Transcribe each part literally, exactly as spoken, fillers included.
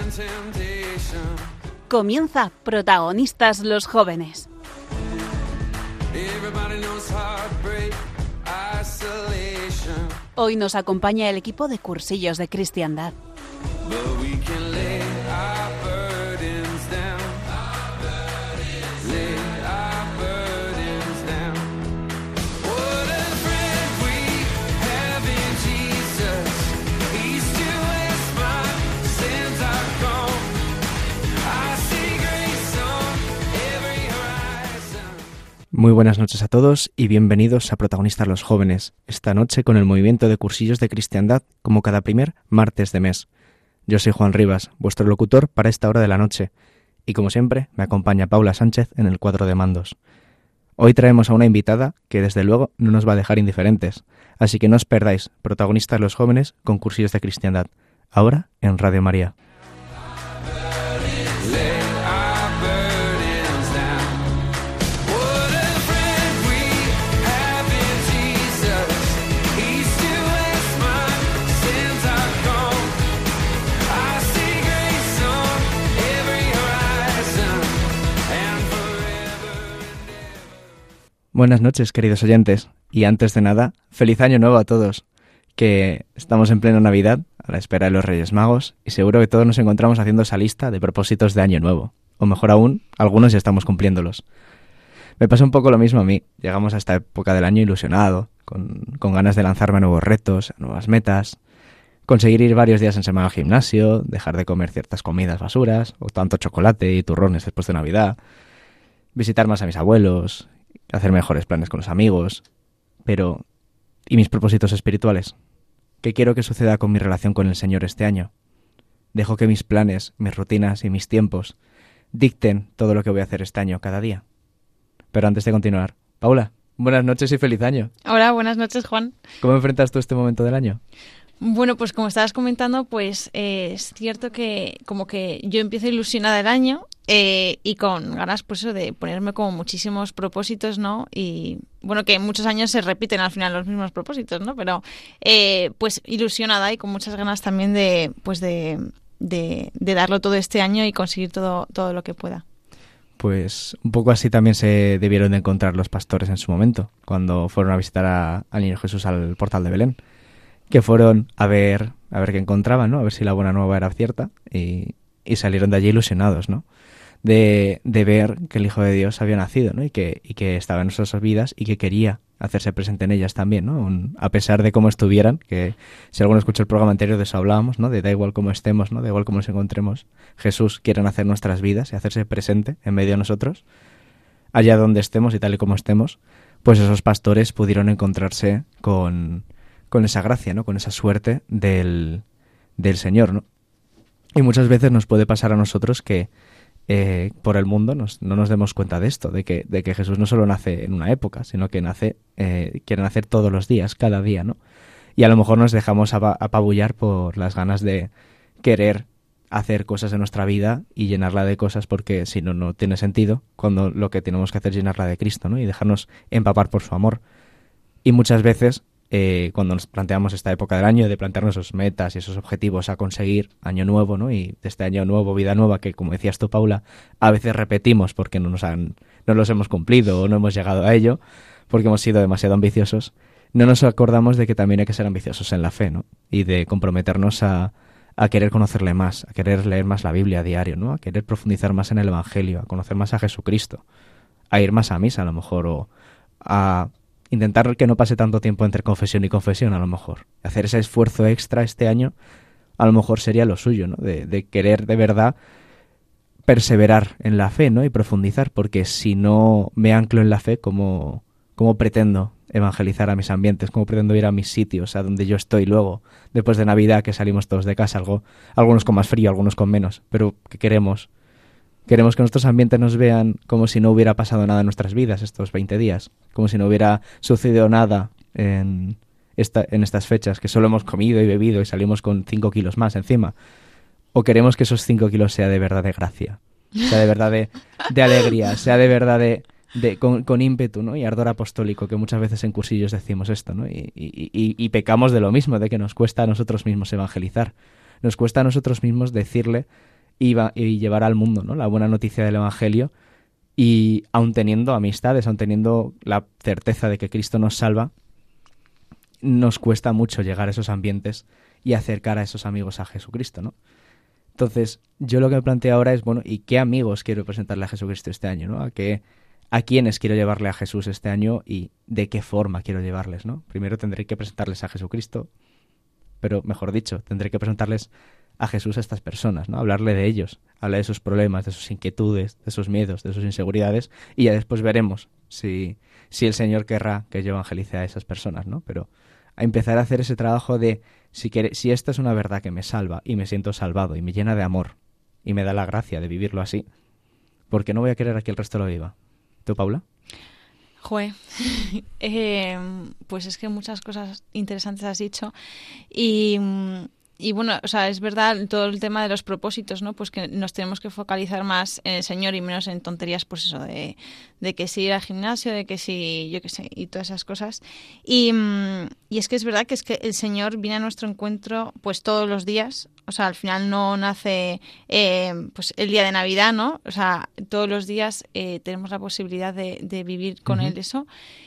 Comienza Protagonistas los Jóvenes. Hoy nos acompaña el equipo de cursillos de cristiandad. Muy buenas noches a todos y bienvenidos a Protagonistas los Jóvenes, esta noche con el movimiento de cursillos de cristiandad como cada primer martes de mes. Yo soy Juan Rivas, vuestro locutor para esta hora de la noche, y como siempre me acompaña Paula Sánchez en el cuadro de mandos. Hoy traemos a una invitada que desde luego no nos va a dejar indiferentes, así que no os perdáis Protagonistas los Jóvenes con cursillos de cristiandad, ahora en Radio María. Buenas noches, queridos oyentes, y antes de nada, feliz año nuevo a todos, que estamos en plena Navidad, a la espera de los Reyes Magos, y seguro que todos nos encontramos haciendo esa lista de propósitos de año nuevo, o mejor aún, algunos ya estamos cumpliéndolos. Me pasa un poco lo mismo a mí, llegamos a esta época del año ilusionado, con, con ganas de lanzarme a nuevos retos, a nuevas metas, conseguir ir varios días en semana al gimnasio, dejar de comer ciertas comidas basuras, o tanto chocolate y turrones después de Navidad, visitar más a mis abuelos, hacer mejores planes con los amigos. Pero, ¿y mis propósitos espirituales? ¿Qué quiero que suceda con mi relación con el Señor este año? ¿Dejo que mis planes, mis rutinas y mis tiempos dicten todo lo que voy a hacer este año, cada día? Pero antes de continuar, Paula, buenas noches y feliz año. Hola, buenas noches, Juan. ¿Cómo enfrentas tú este momento del año? Bueno, pues como estabas comentando, pues eh, es cierto que como que yo empiezo ilusionada el año eh, y con ganas pues eso de ponerme como muchísimos propósitos, ¿no? Y bueno, que en muchos años se repiten al final los mismos propósitos, ¿no? Pero eh, pues ilusionada y con muchas ganas también de pues de, de, de darlo todo este año y conseguir todo, todo lo que pueda. Pues un poco así también se debieron de encontrar los pastores en su momento, cuando fueron a visitar a, al Niño Jesús al portal de Belén. Que fueron a ver a ver qué encontraban, ¿no? A ver si la buena nueva era cierta y, y salieron de allí ilusionados, ¿no? De, de ver que el Hijo de Dios había nacido, ¿no? Y que, y que estaba en nuestras vidas y que quería hacerse presente en ellas también, ¿no? Un, a pesar de cómo estuvieran, que si alguno escuchó el programa anterior de eso hablábamos, ¿no? De da igual cómo estemos, ¿no? Da igual cómo nos encontremos, Jesús quiere nacer en nuestras vidas y hacerse presente en medio de nosotros, allá donde estemos y tal y como estemos, pues esos pastores pudieron encontrarse con... con esa gracia, ¿no? Con esa suerte del, del Señor, ¿no? Y muchas veces nos puede pasar a nosotros que eh, por el mundo nos, no nos demos cuenta de esto, de que, de que Jesús no solo nace en una época, sino que nace, eh, quiere nacer todos los días, cada día, ¿no? Y a lo mejor nos dejamos apabullar por las ganas de querer hacer cosas en nuestra vida y llenarla de cosas, porque si no, no tiene sentido, cuando lo que tenemos que hacer es llenarla de Cristo, ¿no? Y dejarnos empapar por su amor. Y muchas veces Eh, cuando nos planteamos esta época del año de plantearnos esos metas y esos objetivos a conseguir, año nuevo, ¿no? Y de este año nuevo, vida nueva, que como decías tú, Paula, a veces repetimos porque no nos han, no los hemos cumplido o no hemos llegado a ello, porque hemos sido demasiado ambiciosos, no nos acordamos de que también hay que ser ambiciosos en la fe, ¿no? Y de comprometernos a, a querer conocerle más, a querer leer más la Biblia a diario, ¿no? A querer profundizar más en el Evangelio, a conocer más a Jesucristo, a ir más a misa a lo mejor, o a intentar que no pase tanto tiempo entre confesión y confesión, a lo mejor. Hacer ese esfuerzo extra este año, a lo mejor sería lo suyo, ¿no? De, de querer de verdad perseverar en la fe, ¿no? Y profundizar, porque si no me anclo en la fe, ¿cómo, cómo pretendo evangelizar a mis ambientes? ¿Cómo pretendo ir a mis sitios, a donde yo estoy luego, después de Navidad, que salimos todos de casa, algo, algunos con más frío, algunos con menos, pero que queremos... Queremos que nuestros ambientes nos vean como si no hubiera pasado nada en nuestras vidas estos veinte días, como si no hubiera sucedido nada en, esta, en estas fechas, que solo hemos comido y bebido y salimos con cinco kilos más encima. O queremos que esos cinco kilos sea de verdad de gracia, sea de verdad de, de alegría, sea de verdad de, de con, con ímpetu, ¿no? Y ardor apostólico, que muchas veces en cursillos decimos esto, ¿no? Y, y, y, y pecamos de lo mismo, de que nos cuesta a nosotros mismos evangelizar. Nos cuesta a nosotros mismos decirle y, va, y llevar al mundo, ¿no?, la buena noticia del Evangelio, y aun teniendo amistades, aun teniendo la certeza de que Cristo nos salva, nos cuesta mucho llegar a esos ambientes y acercar a esos amigos a Jesucristo, ¿no? Entonces, yo lo que me planteo ahora es, bueno, ¿y qué amigos quiero presentarle a Jesucristo este año, ¿no? ¿A qué, a quiénes quiero llevarle a Jesús este año y de qué forma quiero llevarles, ¿no? Primero tendré que presentarles a Jesucristo, pero mejor dicho, tendré que presentarles a Jesús a estas personas, ¿no? Hablarle de ellos, hablar de sus problemas, de sus inquietudes, de sus miedos, de sus inseguridades, y ya después veremos si, si el Señor querrá que yo evangelice a esas personas, ¿no? Pero a empezar a hacer ese trabajo de si, quiere, si esta es una verdad que me salva y me siento salvado y me llena de amor y me da la gracia de vivirlo así, ¿por qué no voy a querer a que el resto lo viva? ¿Tú, Paula? Joder, eh, pues es que muchas cosas interesantes has dicho y... Y bueno, o sea, es verdad todo el tema de los propósitos, ¿no? Pues que nos tenemos que focalizar más en el Señor y menos en tonterías, pues eso, de, de que si ir al gimnasio, de que si, yo qué sé, y todas esas cosas. Y, y es que es verdad que es que el Señor viene a nuestro encuentro pues todos los días. O sea, al final no nace eh, pues el día de Navidad, ¿no? O sea, todos los días eh, tenemos la posibilidad de, de vivir con uh-huh. Él eso.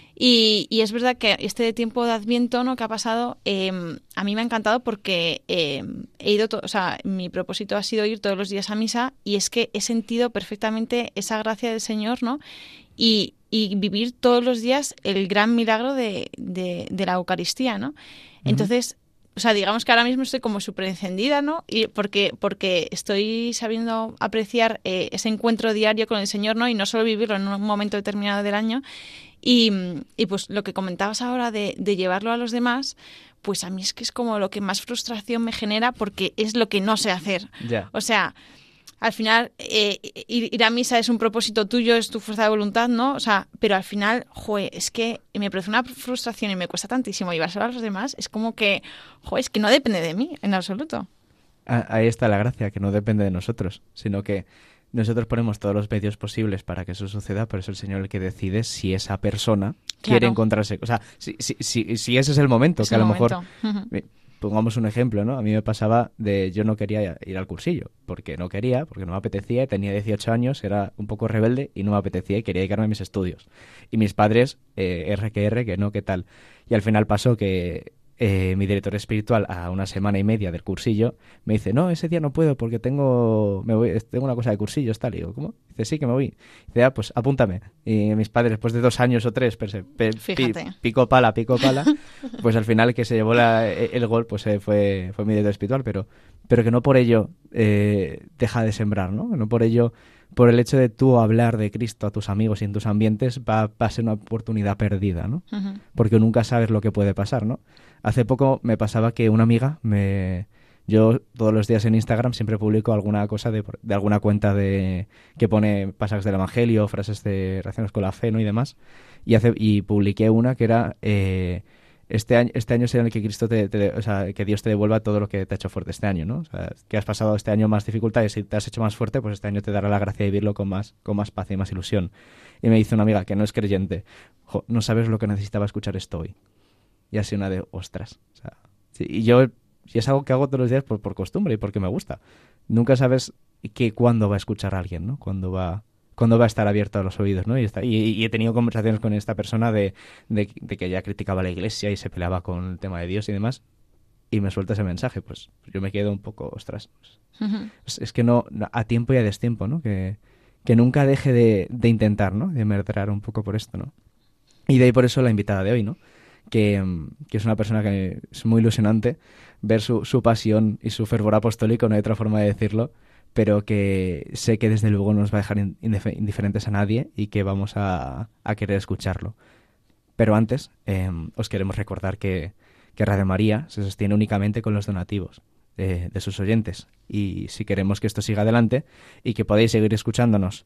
Y, y es verdad que este tiempo de Adviento, ¿no?, que ha pasado, eh, a mí me ha encantado porque eh, he ido, to- o sea, mi propósito ha sido ir todos los días a misa y es que he sentido perfectamente esa gracia del Señor, ¿no? Y, y vivir todos los días el gran milagro de, de, de la Eucaristía, ¿no? Uh-huh. Entonces, o sea, digamos que ahora mismo estoy como súper encendida, ¿no? Y porque, porque estoy sabiendo apreciar eh, ese encuentro diario con el Señor, ¿no? Y no solo vivirlo en un momento determinado del año. Y, y pues lo que comentabas ahora de, de llevarlo a los demás, pues a mí es que es como lo que más frustración me genera porque es lo que no sé hacer. Yeah. O sea, al final eh, ir, ir a misa es un propósito tuyo, es tu fuerza de voluntad, ¿no? O sea, pero al final, joder, es que me produce una frustración y me cuesta tantísimo llevárselo a los demás. Es como que, joder, es que no depende de mí en absoluto. Ahí está la gracia, que no depende de nosotros, sino que nosotros ponemos todos los medios posibles para que eso suceda, pero es el Señor el que decide si esa persona claro. quiere encontrarse. O sea, si, si, si, si ese es el momento, es que a lo momento. mejor... Uh-huh. Pongamos un ejemplo, ¿no? A mí me pasaba de yo no quería ir al cursillo, porque no quería, porque no me apetecía, tenía dieciocho años, era un poco rebelde y no me apetecía y quería dedicarme a mis estudios. Y mis padres, eh, R que R, que no, ¿qué tal? Y al final pasó que... Eh, mi director espiritual a una semana y media del cursillo me dice, no, ese día no puedo porque tengo me voy, tengo una cosa de cursillos, tal. Y digo, ¿cómo? Dice, sí, que me voy. Dice, ah, pues apúntame. Y mis padres, después de dos años o tres, pues, pe, pi, pico pala, pico pala, pues al final el que se llevó la, el gol pues eh, fue, fue mi director espiritual, pero, pero que no por ello eh, deja de sembrar, ¿no? No por ello... Por el hecho de tú hablar de Cristo a tus amigos y en tus ambientes va, va a ser una oportunidad perdida, ¿no? Uh-huh. Porque nunca sabes lo que puede pasar, ¿no? Hace poco me pasaba que una amiga me... Yo todos los días en Instagram siempre publico alguna cosa de, de alguna cuenta de que pone pasajes del Evangelio, frases de relacionadas con la fe, ¿no? Y demás. Y, hace, y publiqué una que era... Eh, Este año, este año será en el que Cristo te, te, o sea, que Dios te devuelva todo lo que te ha hecho fuerte este año, ¿no? O sea, que has pasado este año más dificultades y te has hecho más fuerte, pues este año te dará la gracia de vivirlo con más, con más paz y más ilusión. Y me dice una amiga que no es creyente, jo, no sabes lo que necesitaba escuchar esto hoy. Y así una de, ostras. O sea, sí, y yo, y es algo que hago todos los días por, por costumbre y porque me gusta. Nunca sabes que cuándo va a escuchar a alguien, ¿no? Cuándo va... cuando va a estar abierto a los oídos, ¿no? Y, está, y, y he tenido conversaciones con esta persona de, de, de que ya criticaba la iglesia y se peleaba con el tema de Dios y demás, y me suelta ese mensaje, pues yo me quedo un poco, ostras, pues, uh-huh. es, es que no, a tiempo y a destiempo, ¿no? Que, que nunca deje de, de intentar, ¿no? De mertrar un poco por esto, ¿no? Y de ahí por eso la invitada de hoy, ¿no? Que, que es una persona que es muy ilusionante ver su, su pasión y su fervor apostólico, no hay otra forma de decirlo, pero que sé que desde luego no nos va a dejar indif- indiferentes a nadie y que vamos a, a querer escucharlo. Pero antes, eh, os queremos recordar que, que Radio María se sostiene únicamente con los donativos de, de sus oyentes. Y si queremos que esto siga adelante y que podáis seguir escuchándonos,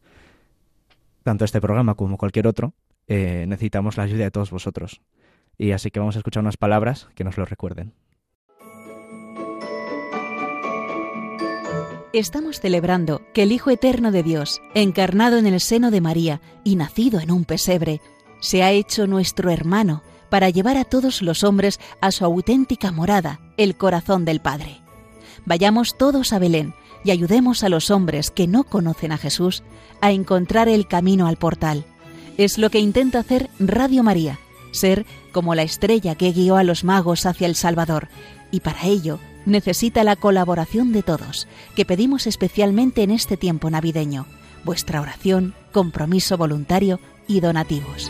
tanto este programa como cualquier otro, eh, necesitamos la ayuda de todos vosotros. Y así que vamos a escuchar unas palabras que nos lo recuerden. Estamos celebrando que el Hijo Eterno de Dios, encarnado en el seno de María y nacido en un pesebre, se ha hecho nuestro hermano para llevar a todos los hombres a su auténtica morada, el corazón del Padre. Vayamos todos a Belén y ayudemos a los hombres que no conocen a Jesús a encontrar el camino al portal. Es lo que intenta hacer Radio María, ser como la estrella que guió a los magos hacia el Salvador, y para ello necesita la colaboración de todos, que pedimos especialmente en este tiempo navideño, vuestra oración, compromiso voluntario y donativos.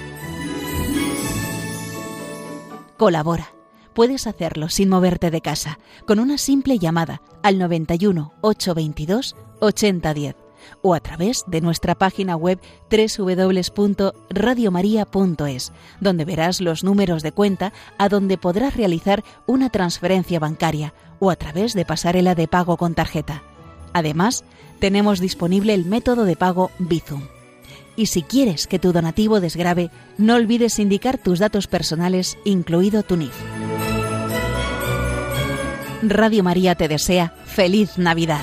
Colabora. Puedes hacerlo sin moverte de casa, con una simple llamada al noventa y uno, ochocientos veintidós, ochenta diez o a través de nuestra página web doble u doble u doble u punto radio maría punto es, donde verás los números de cuenta a donde podrás realizar una transferencia bancaria o a través de pasarela de pago con tarjeta. Además, tenemos disponible el método de pago Bizum. Y si quieres que tu donativo desgrave, no olvides indicar tus datos personales, incluido tu N I F. Radio María te desea ¡Feliz Navidad!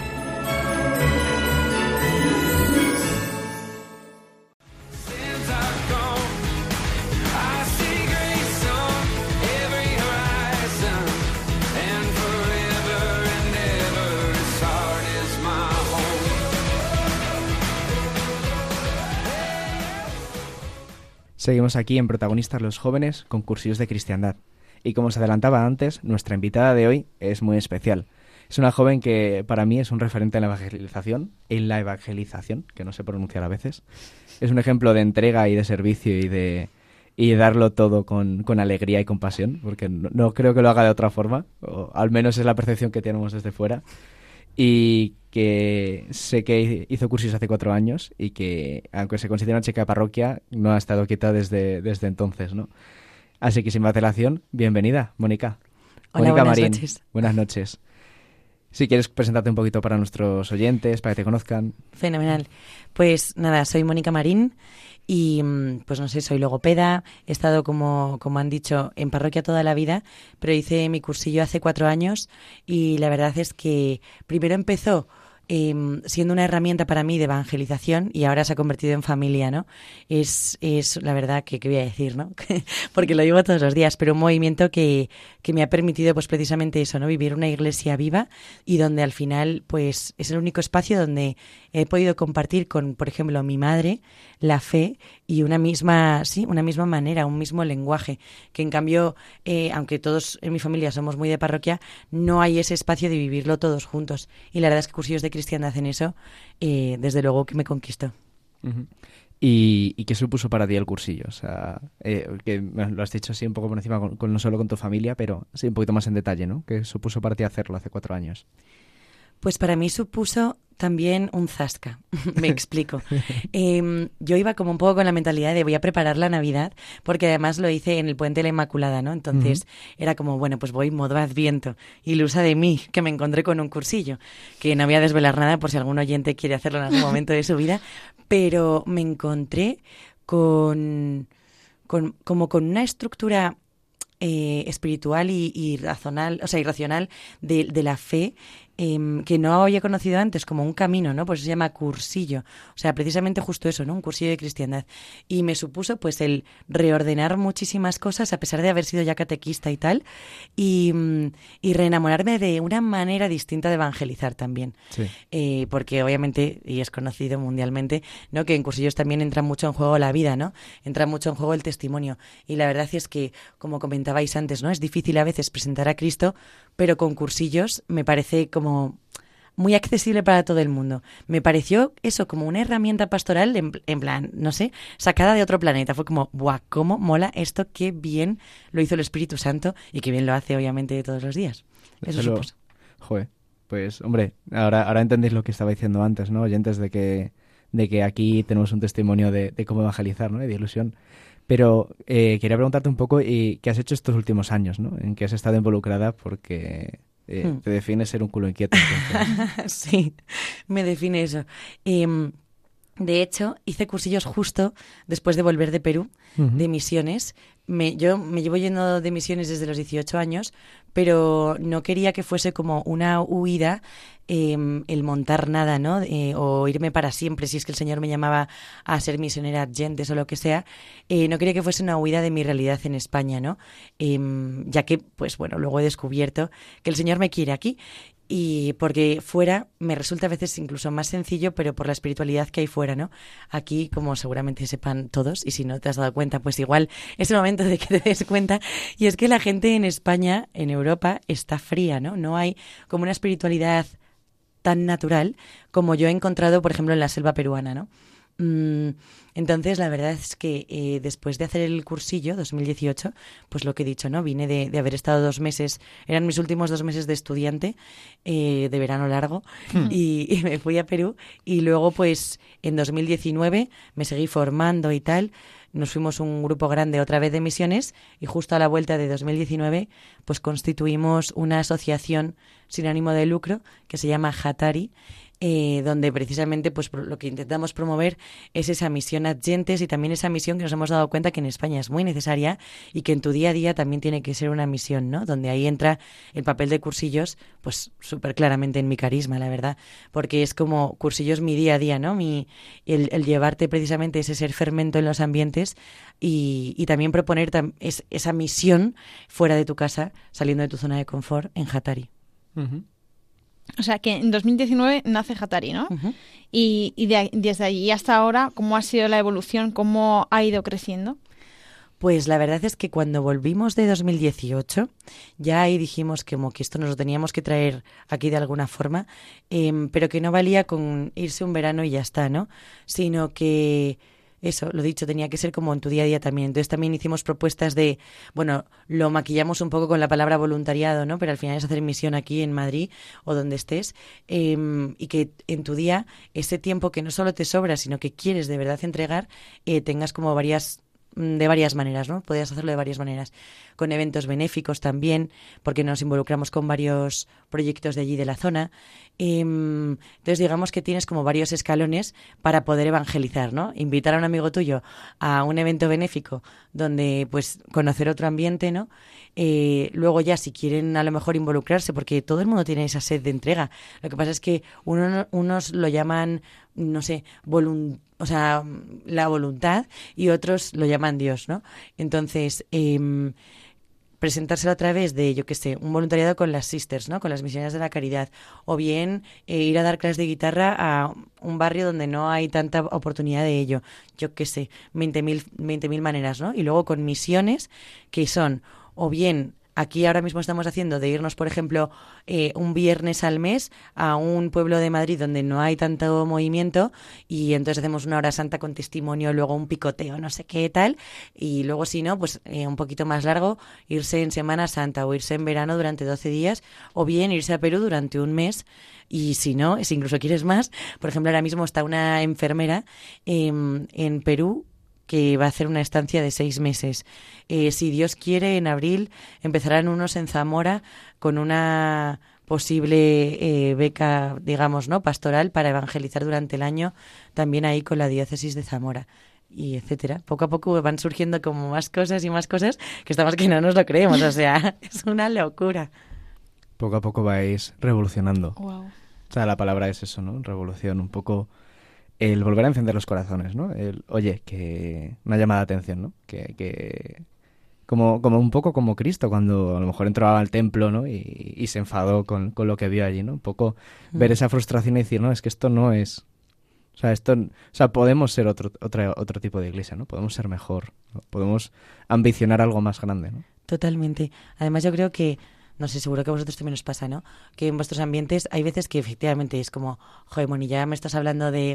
Seguimos aquí en Protagonistas los Jóvenes con Cursillos de Cristiandad. Y como os adelantaba antes, nuestra invitada de hoy es muy especial. Es una joven que para mí es un referente en la evangelización, en la evangelización, que no sé pronunciar a veces. Es un ejemplo de entrega y de servicio y de, y de darlo todo con, con alegría y con pasión, porque no, no creo que lo haga de otra forma, o al menos es la percepción que tenemos desde fuera. Y que sé que hizo cursos hace cuatro años y que, aunque se considera una chica de parroquia, no ha estado quieta desde, desde entonces, ¿no? Así que sin más dilación, bienvenida, Mónica. Hola, Mónica buenas Marín. noches. Buenas noches. Si quieres presentarte un poquito para nuestros oyentes, para que te conozcan. Fenomenal. Pues nada, soy Mónica Marín y pues no sé, soy logopeda. He estado, como, como han dicho, en parroquia toda la vida, pero hice mi cursillo hace cuatro años y la verdad es que primero empezó Eh, siendo una herramienta para mí de evangelización y ahora se ha convertido en familia, ¿no? Es, es la verdad que, ¿qué voy a decir, no? Porque lo digo todos los días, pero un movimiento que, que me ha permitido pues precisamente eso, ¿no? Vivir una iglesia viva y donde al final pues es el único espacio donde he podido compartir con, por ejemplo, mi madre la fe y una misma, sí, una misma manera, un mismo lenguaje, que en cambio, eh, aunque todos en mi familia somos muy de parroquia, no hay ese espacio de vivirlo todos juntos. Y la verdad es que Cursillos de Cristiandad en eso, eh, desde luego que me conquistó. Uh-huh. ¿Y, ¿Y qué supuso para ti el cursillo? O sea, eh, que lo has dicho así un poco por encima, con, con, no solo con tu familia, pero sí un poquito más en detalle, ¿no? ¿Qué supuso para ti hacerlo hace cuatro años? Pues para mí supuso también un zasca. Me explico. Eh, yo iba como un poco con la mentalidad de voy a preparar la Navidad, porque además lo hice en el Puente de la Inmaculada, ¿no? Entonces uh-huh. era como, bueno, pues voy modo Adviento, ilusa de mí, que me encontré con un cursillo, que no voy a desvelar nada por si algún oyente quiere hacerlo en algún momento de su vida, pero me encontré con, con como con una estructura eh, espiritual y, y razonal, o sea, irracional de, de la fe, Eh, que no había conocido antes, como un camino, ¿no? Pues se llama cursillo. O sea, precisamente justo eso, ¿no? Un cursillo de cristiandad. Y me supuso, pues, el reordenar muchísimas cosas, a pesar de haber sido ya catequista y tal, y, y reenamorarme de una manera distinta de evangelizar también. Sí. Eh, porque, obviamente, y es conocido mundialmente, ¿no? Que en cursillos también entra mucho en juego la vida, ¿no? Entra mucho en juego el testimonio. Y la verdad es que, como comentabais antes, ¿no? Es difícil a veces presentar a Cristo, pero con cursillos me parece como muy accesible para todo el mundo. Me pareció eso, como una herramienta pastoral, en, en plan, no sé, sacada de otro planeta. Fue como, ¡buah, cómo mola esto! ¡Qué bien lo hizo el Espíritu Santo! Y qué bien lo hace, obviamente, todos los días. Eso Pero, supuso. Joder, pues, hombre, ahora, ahora entendéis lo que estaba diciendo antes, ¿no? Oyentes, de que, de que aquí tenemos un testimonio de, de cómo evangelizar, ¿no? Y de ilusión. Pero eh, quería preguntarte un poco, ¿y qué has hecho estos últimos años, ¿no? En que has estado involucrada, porque eh, hmm. te define ser un culo inquieto. Sí, me define eso. Eh, de hecho, hice cursillos justo después de volver de Perú, uh-huh. de misiones. Me, yo me llevo yendo de misiones desde los dieciocho años, pero no quería que fuese como una huida, eh, el montar nada, ¿no? Eh, o irme para siempre, si es que el Señor me llamaba a ser misionera gentes o lo que sea. Eh, no quería que fuese una huida de mi realidad en España, ¿no? Eh, ya que, pues bueno, luego he descubierto que el Señor me quiere aquí. Y porque fuera me resulta a veces incluso más sencillo, pero por la espiritualidad que hay fuera, ¿no? Aquí, como seguramente sepan todos, y si no te has dado cuenta, pues igual es el momento de que te des cuenta, y es que la gente en España, en Europa, está fría, ¿no? No hay como una espiritualidad tan natural como yo he encontrado, por ejemplo, en la selva peruana, ¿no? Entonces, la verdad es que eh, después de hacer el cursillo, dos mil dieciocho, pues lo que he dicho, ¿no? Vine de, de haber estado dos meses, eran mis últimos dos meses de estudiante, eh, de verano largo, hmm. y, y me fui a Perú. Y luego, pues, en dos mil diecinueve me seguí formando y tal. Nos fuimos un grupo grande otra vez de misiones y justo a la vuelta de dos mil diecinueve, pues constituimos una asociación sin ánimo de lucro que se llama Hatari, Eh, donde precisamente pues lo que intentamos promover es esa misión ad gentes y también esa misión que nos hemos dado cuenta que en España es muy necesaria y que en tu día a día también tiene que ser una misión, ¿no? Donde ahí entra el papel de cursillos, pues súper claramente en mi carisma, la verdad, porque es como cursillos mi día a día, ¿no? Mi, el, el llevarte precisamente ese ser fermento en los ambientes y, y también proponer tam- es, esa misión fuera de tu casa, saliendo de tu zona de confort en Hatari. Uh-huh. O sea, que en dos mil diecinueve nace Hatari, ¿no? Uh-huh. Y, y de, desde allí hasta ahora, ¿cómo ha sido la evolución? ¿Cómo ha ido creciendo? Pues la verdad es que cuando volvimos de dos mil dieciocho, ya ahí dijimos que, como que esto nos lo teníamos que traer aquí de alguna forma, eh, pero que no valía con irse un verano y ya está, ¿no? Sino que... Eso, lo dicho, tenía que ser como en tu día a día también. Entonces también hicimos propuestas de, bueno, lo maquillamos un poco con la palabra voluntariado, ¿no? Pero al final es hacer misión aquí en Madrid o donde estés eh, y que en tu día ese tiempo que no solo te sobra, sino que quieres de verdad entregar, eh, tengas como varias... de varias maneras, ¿no? Podías hacerlo de varias maneras. Con eventos benéficos también, porque nos involucramos con varios proyectos de allí de la zona. Eh, entonces, digamos que tienes como varios escalones para poder evangelizar, ¿no? Invitar a un amigo tuyo a un evento benéfico donde, pues, conocer otro ambiente, ¿no? Eh, luego ya, si quieren a lo mejor involucrarse, porque todo el mundo tiene esa sed de entrega. Lo que pasa es que uno, unos lo llaman, no sé, voluntad, o sea, la voluntad, y otros lo llaman Dios, ¿no? Entonces, eh, presentárselo a través de, yo qué sé, un voluntariado con las sisters, ¿no? Con las misioneras de la caridad, o bien eh, ir a dar clases de guitarra a un barrio donde no hay tanta oportunidad de ello, yo qué sé, veinte mil maneras, ¿no? Y luego con misiones que son, o bien... Aquí ahora mismo estamos haciendo de irnos, por ejemplo, eh, un viernes al mes a un pueblo de Madrid donde no hay tanto movimiento y entonces hacemos una hora santa con testimonio, luego un picoteo, no sé qué tal, y luego si no, pues eh, un poquito más largo, irse en Semana Santa o irse en verano durante doce días o bien irse a Perú durante un mes. Y si no, si incluso quieres más, por ejemplo, ahora mismo está una enfermera eh, en Perú que va a hacer una estancia de seis meses. Eh, si Dios quiere, en abril empezarán unos en Zamora con una posible eh, beca, digamos, ¿no?, pastoral para evangelizar durante el año, también ahí con la diócesis de Zamora, y etcétera. Poco a poco van surgiendo como más cosas y más cosas que estamos que no nos lo creemos, o sea, es una locura. Poco a poco vais revolucionando. Wow. O sea, la palabra es eso, ¿no? Revolución, un poco... El volver a encender los corazones, ¿no? El, oye, que una llamada de atención, ¿no? Que, que como, como un poco como Cristo, cuando a lo mejor entraba al templo, ¿no? Y, y se enfadó con, con lo que vio allí, ¿no? Un poco mm. ver esa frustración y decir, no, es que esto no es... O sea, esto, o sea, podemos ser otro, otro, otro tipo de iglesia, ¿no? Podemos ser mejor, ¿no? Podemos ambicionar algo más grande, ¿no? Totalmente. Además, yo creo que... No sé, seguro que a vosotros también os pasa, ¿no? Que en vuestros ambientes hay veces que efectivamente es como, joder, Moni, ya me estás hablando de,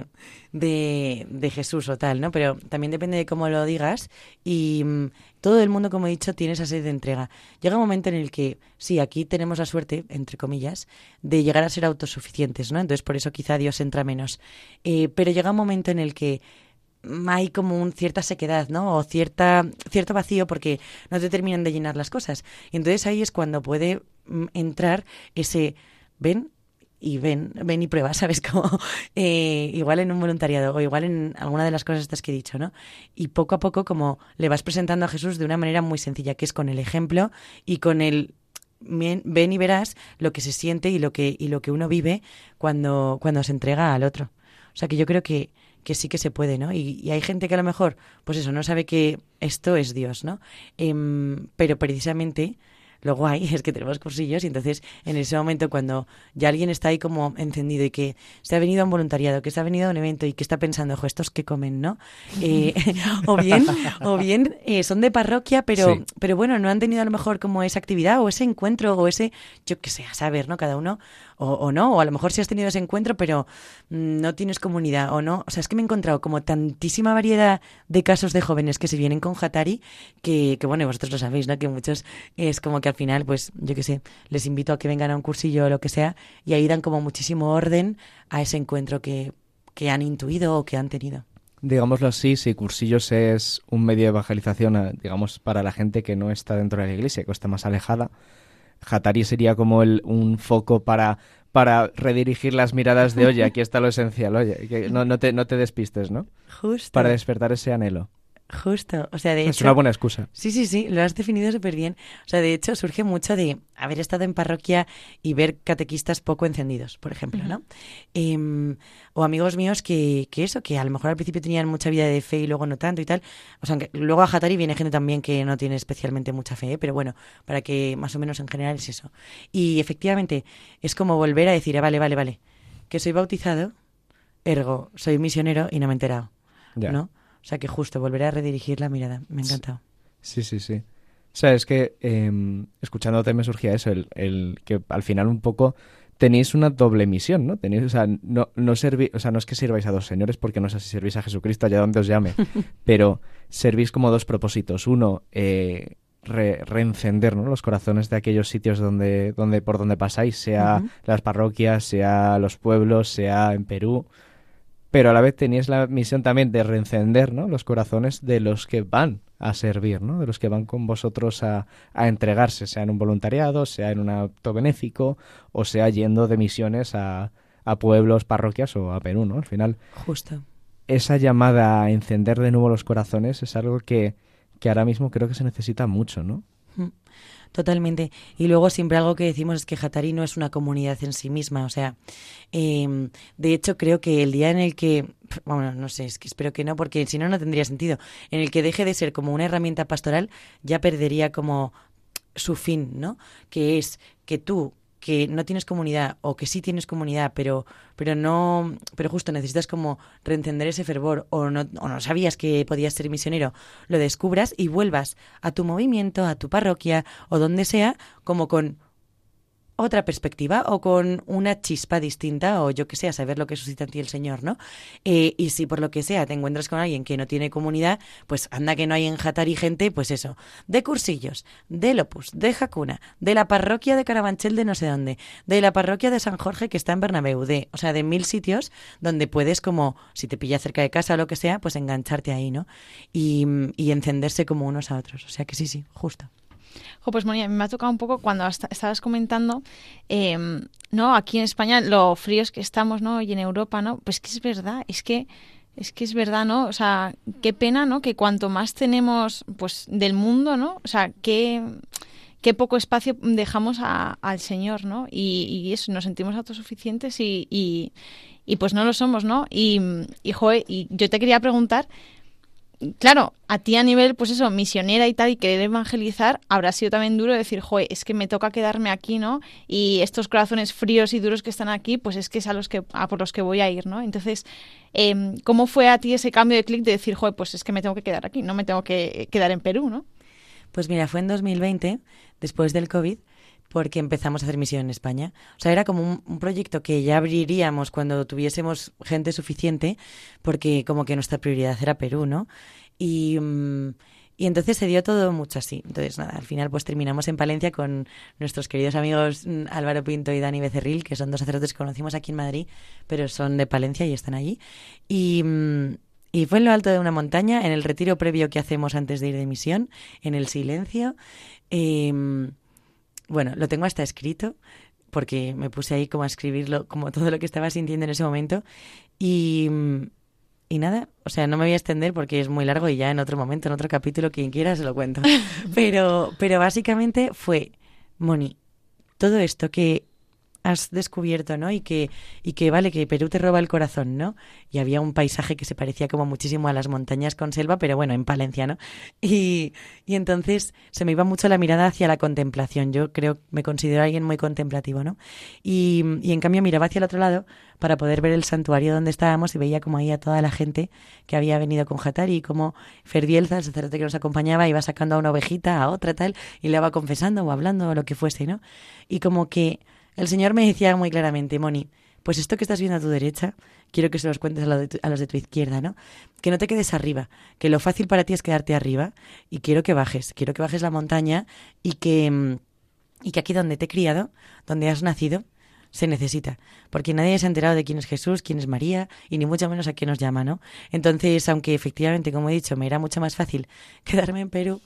de, de Jesús o tal, ¿no? Pero también depende de cómo lo digas y mmm, todo el mundo, como he dicho, tiene esa sed de entrega. Llega un momento en el que, sí, aquí tenemos la suerte, entre comillas, de llegar a ser autosuficientes, ¿no? Entonces, por eso quizá Dios entra menos. Eh, pero llega un momento en el que hay como un cierta sequedad, ¿no? O cierta cierto vacío porque no te terminan de llenar las cosas. Y entonces ahí es cuando puede mm, entrar ese ven y ven, ven y prueba, ¿sabes? Como eh, igual en un voluntariado o igual en alguna de las cosas estas que he dicho, ¿no? Y poco a poco como le vas presentando a Jesús de una manera muy sencilla, que es con el ejemplo y con el ven y verás lo que se siente y lo que y lo que uno vive cuando cuando se entrega al otro. O sea que yo creo que que sí que se puede, ¿no? Y, y hay gente que a lo mejor, pues eso, no sabe que esto es Dios, ¿no? Eh, pero precisamente lo guay es que tenemos cursillos y entonces en ese momento cuando ya alguien está ahí como encendido y que se ha venido a un voluntariado, que se ha venido a un evento y que está pensando, ojo, estos que comen, ¿no? Eh, o bien, o bien eh, son de parroquia, pero, sí. pero bueno, no han tenido a lo mejor como esa actividad o ese encuentro o ese, yo qué sé, a saber, ¿no? Cada uno, o, o no, o a lo mejor sí has tenido ese encuentro, pero mmm, no tienes comunidad o no. O sea, es que me he encontrado como tantísima variedad de casos de jóvenes que se vienen con Hatari que, que bueno, vosotros lo sabéis, ¿no? Que muchos es como que al final, pues, yo qué sé, les invito a que vengan a un cursillo o lo que sea y ahí dan como muchísimo orden a ese encuentro que, que han intuido o que han tenido. Digámoslo así, si cursillos es un medio de evangelización, digamos, para la gente que no está dentro de la iglesia, que está más alejada, Hatari sería como el, un foco para, para redirigir las miradas de, oye, aquí está lo esencial, oye, que no, no, te, no te despistes, ¿no? Justo. Para despertar ese anhelo. Justo, o sea, de hecho... Es una buena excusa. Sí, sí, sí, lo has definido súper bien. O sea, de hecho, surge mucho de haber estado en parroquia y ver catequistas poco encendidos, por ejemplo, ¿no? Uh-huh. Eh, o amigos míos que, que eso, que a lo mejor al principio tenían mucha vida de fe y luego no tanto y tal. O sea, que luego a Hatari viene gente también que no tiene especialmente mucha fe, ¿eh? Pero bueno, para que más o menos en general es eso. Y efectivamente, es como volver a decir, ah, vale, vale, vale, que soy bautizado, ergo, soy misionero y no me he enterado, yeah. ¿no? O sea, que justo volveré a redirigir la mirada. Me ha encantado. Sí, sí, sí. O sea, es que eh, escuchándote me surgía eso, el, el que al final un poco tenéis una doble misión, ¿no? Tenéis, o sea, no, no, serví, o sea, no es que sirváis a dos señores, porque no sé si servís a Jesucristo allá donde os llame, pero servís como dos propósitos. Uno, eh, re, reencender, ¿no?, los corazones de aquellos sitios donde, donde por donde pasáis, sea uh-huh. las parroquias, sea los pueblos, sea en Perú. Pero a la vez teníais la misión también de reencender, ¿no?, los corazones de los que van a servir, ¿no?, de los que van con vosotros a, a entregarse, sea en un voluntariado, sea en un acto benéfico, o sea yendo de misiones a, a pueblos, parroquias o a Perú, ¿no? Al final, justo. Esa llamada a encender de nuevo los corazones es algo que, que ahora mismo creo que se necesita mucho, ¿no? Totalmente. Y luego siempre algo que decimos es que Hatari no es una comunidad en sí misma. O sea, eh, de hecho creo que el día en el que, bueno, no sé, es que espero que no, porque si no, no tendría sentido. En el que deje de ser como una herramienta pastoral, ya perdería como su fin, ¿no? Que es que tú, que no tienes comunidad o que sí tienes comunidad, pero pero no, pero justo necesitas como reencender ese fervor o no, o no sabías que podías ser misionero, lo descubras y vuelvas a tu movimiento, a tu parroquia o donde sea, como con otra perspectiva o con una chispa distinta o yo que sé, a saber lo que suscita en ti el Señor, ¿no? Eh, y si por lo que sea te encuentras con alguien que no tiene comunidad, pues anda que no hay en Hatari gente, pues eso, de cursillos, del Opus, de Jacuna, de la parroquia de Carabanchel de no sé dónde, de la parroquia de San Jorge que está en Bernabéu, de, o sea, de mil sitios donde puedes como, si te pilla cerca de casa o lo que sea, pues engancharte ahí, ¿no? Y, y encenderse como unos a otros. O sea que sí, sí, justo. Jo, pues Moni, a mí me ha tocado un poco cuando estabas comentando, eh, ¿no? Aquí en España, lo fríos que estamos, ¿no? Y en Europa, ¿no? Pues que es verdad, es que es que es verdad, ¿no? O sea, qué pena, ¿no? Que cuanto más tenemos, pues, del mundo, ¿no? O sea, qué, qué poco espacio dejamos a, al Señor, ¿no? Y, y eso, nos sentimos autosuficientes y, y, y pues no lo somos, ¿no? Y, y, joder, y yo te quería preguntar, claro, a ti a nivel, pues eso, misionera y tal, y querer evangelizar, habrá sido también duro decir, joder, es que me toca quedarme aquí, ¿no? Y estos corazones fríos y duros que están aquí, pues es que es a los que a por los que voy a ir, ¿no? Entonces, eh, ¿cómo fue a ti ese cambio de clic de decir, joder, pues es que me tengo que quedar aquí, no me tengo que quedar en Perú, ¿no? Pues mira, fue en dos mil veinte, después del COVID, porque empezamos a hacer misión en España. O sea, era como un, un proyecto que ya abriríamos cuando tuviésemos gente suficiente, porque como que nuestra prioridad era Perú, ¿no? Y, um, y entonces se dio todo mucho así. Entonces, nada, al final pues terminamos en Palencia con nuestros queridos amigos Álvaro Pinto y Dani Becerril, que son dos sacerdotes que conocimos aquí en Madrid, pero son de Palencia y están allí. Y... Um, Y fue en lo alto de una montaña, en el retiro previo que hacemos antes de ir de misión, en el silencio. Eh, bueno, lo tengo hasta escrito, porque me puse ahí como a escribirlo, como todo lo que estaba sintiendo en ese momento. Y, y nada, o sea, no me voy a extender porque es muy largo y ya en otro momento, en otro capítulo, quien quiera se lo cuento. Pero, pero básicamente fue, Moni, todo esto que has descubierto, ¿no? Y que, y que vale, que Perú te roba el corazón, ¿no? Y había un paisaje que se parecía como muchísimo a las montañas con selva, pero bueno, en Palencia, ¿no? Y, y entonces se me iba mucho la mirada hacia la contemplación. Yo creo, me considero alguien muy contemplativo, ¿no? Y, y en cambio miraba hacia el otro lado para poder ver el santuario donde estábamos y veía como ahí a toda la gente que había venido con Hatari y como Ferdielza, el sacerdote que nos acompañaba, iba sacando a una ovejita, a otra tal, y le iba confesando o hablando o lo que fuese, ¿no? Y como que el Señor me decía muy claramente, Moni, pues esto que estás viendo a tu derecha, quiero que se los cuentes a, lo de tu, a los de tu izquierda, ¿no? Que no te quedes arriba, que lo fácil para ti es quedarte arriba y quiero que bajes, quiero que bajes la montaña y que, y que aquí donde te he criado, donde has nacido, se necesita, porque nadie se ha enterado de quién es Jesús, quién es María y ni mucho menos a qué nos llama, ¿no? Entonces, aunque efectivamente, como he dicho, me era mucho más fácil quedarme en Perú,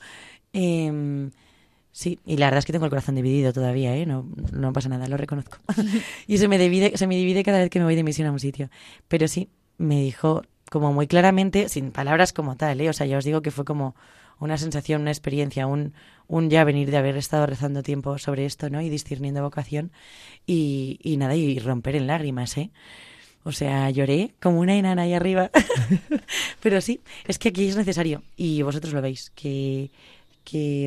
eh, sí, y la verdad es que tengo el corazón dividido todavía, ¿eh? No, no pasa nada, lo reconozco. Y se me divide, se me divide cada vez que me voy de misión a un sitio. Pero sí, me dijo como muy claramente, sin palabras como tal, ¿eh? O sea, ya os digo que fue como una sensación, una experiencia, un, un ya venir de haber estado rezando tiempo sobre esto, ¿no? Y discerniendo vocación y, y nada, y romper en lágrimas, ¿eh? O sea, lloré como una enana ahí arriba. Pero sí, es que aquí es necesario, y vosotros lo veis, que... que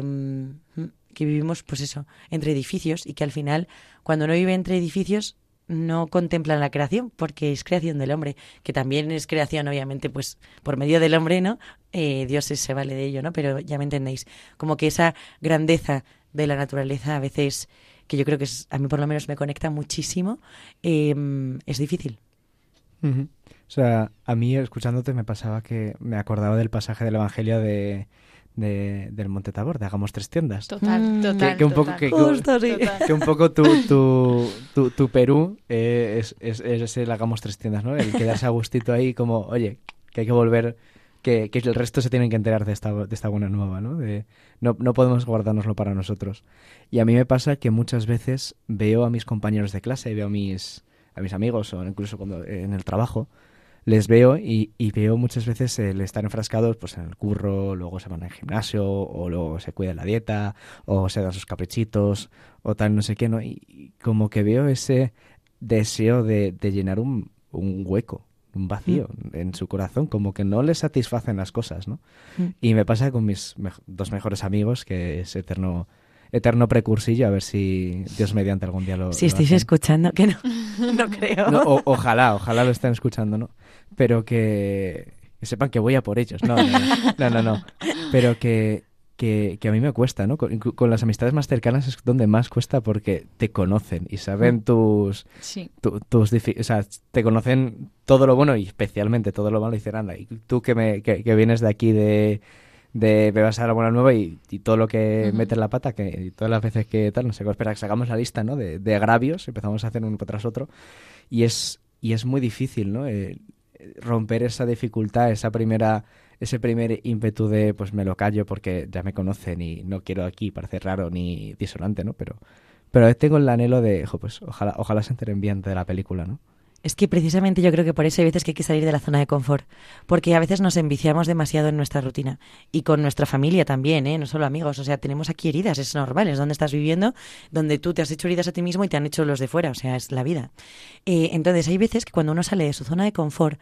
que vivimos, pues eso, entre edificios y que al final, cuando uno vive entre edificios, no contemplan la creación, porque es creación del hombre, que también es creación, obviamente, pues por medio del hombre, ¿no? Eh, Dios se vale de ello, ¿no? Pero ya me entendéis, como que esa grandeza de la naturaleza a veces, que yo creo que es, a mí por lo menos me conecta muchísimo, eh, es difícil. Uh-huh. O sea, a mí escuchándote me pasaba que me acordaba del pasaje del Evangelio de... De, del Monte Tabor, de Hagamos tres tiendas. Total, total. Que, que un poco, total. que, Justo, sí. que un poco tu, tu, tu, tu Perú eh, es, es, es el Hagamos tres tiendas, ¿no? El quedarse a gustito ahí como, oye, que hay que volver, que, que el resto se tienen que enterar de esta, de esta buena nueva, ¿no? De, no, no podemos guardárnoslo para nosotros. Y a mí me pasa que muchas veces veo a mis compañeros de clase, veo a mis, a mis amigos o incluso cuando en el trabajo, les veo y, y veo muchas veces el estar enfrascados pues en el curro, luego se van al gimnasio o luego se cuida la dieta o se dan sus caprichitos o tal no sé qué, ¿no? Y, y como que veo ese deseo de, de llenar un, un hueco, un vacío mm. en su corazón, como que no les satisfacen las cosas, ¿no? Mm. Y me pasa con mis me- dos mejores amigos, que es eterno... eterno precursillo, a ver si Dios mediante algún día lo... Si lo estáis hacen. escuchando, que no, no creo. No, o, ojalá, ojalá lo estén escuchando, ¿no? Pero que, que sepan que voy a por ellos, no, no, no, no, no. Pero que, que, que a mí me cuesta, ¿no? Con, con las amistades más cercanas es donde más cuesta porque te conocen y saben tus... Sí. Tu, tus difi- o sea, te conocen todo lo bueno y especialmente todo lo malo y dicen, anda, y tú que, me, que, que vienes de aquí de... de me vas a la buena nueva y, y todo lo que uh-huh. metes la pata, que y todas las veces que tal, no sé, espera que sacamos la lista, ¿no? De, de agravios, empezamos a hacer uno tras otro y es y es muy difícil, ¿no? Eh, romper esa dificultad, esa primera ese primer ímpetu de pues me lo callo porque ya me conocen y no quiero aquí parecer raro ni disonante, ¿no? Pero pero tengo el anhelo de, jo, pues ojalá ojalá se enteren bien de la película, ¿no? Es que precisamente yo creo que por eso hay veces que hay que salir de la zona de confort, porque a veces nos enviciamos demasiado en nuestra rutina y con nuestra familia también, ¿eh? No solo amigos, o sea, tenemos aquí heridas, es normal, es donde estás viviendo, donde tú te has hecho heridas a ti mismo y te han hecho los de fuera, o sea, es la vida. Eh, entonces hay veces que cuando uno sale de su zona de confort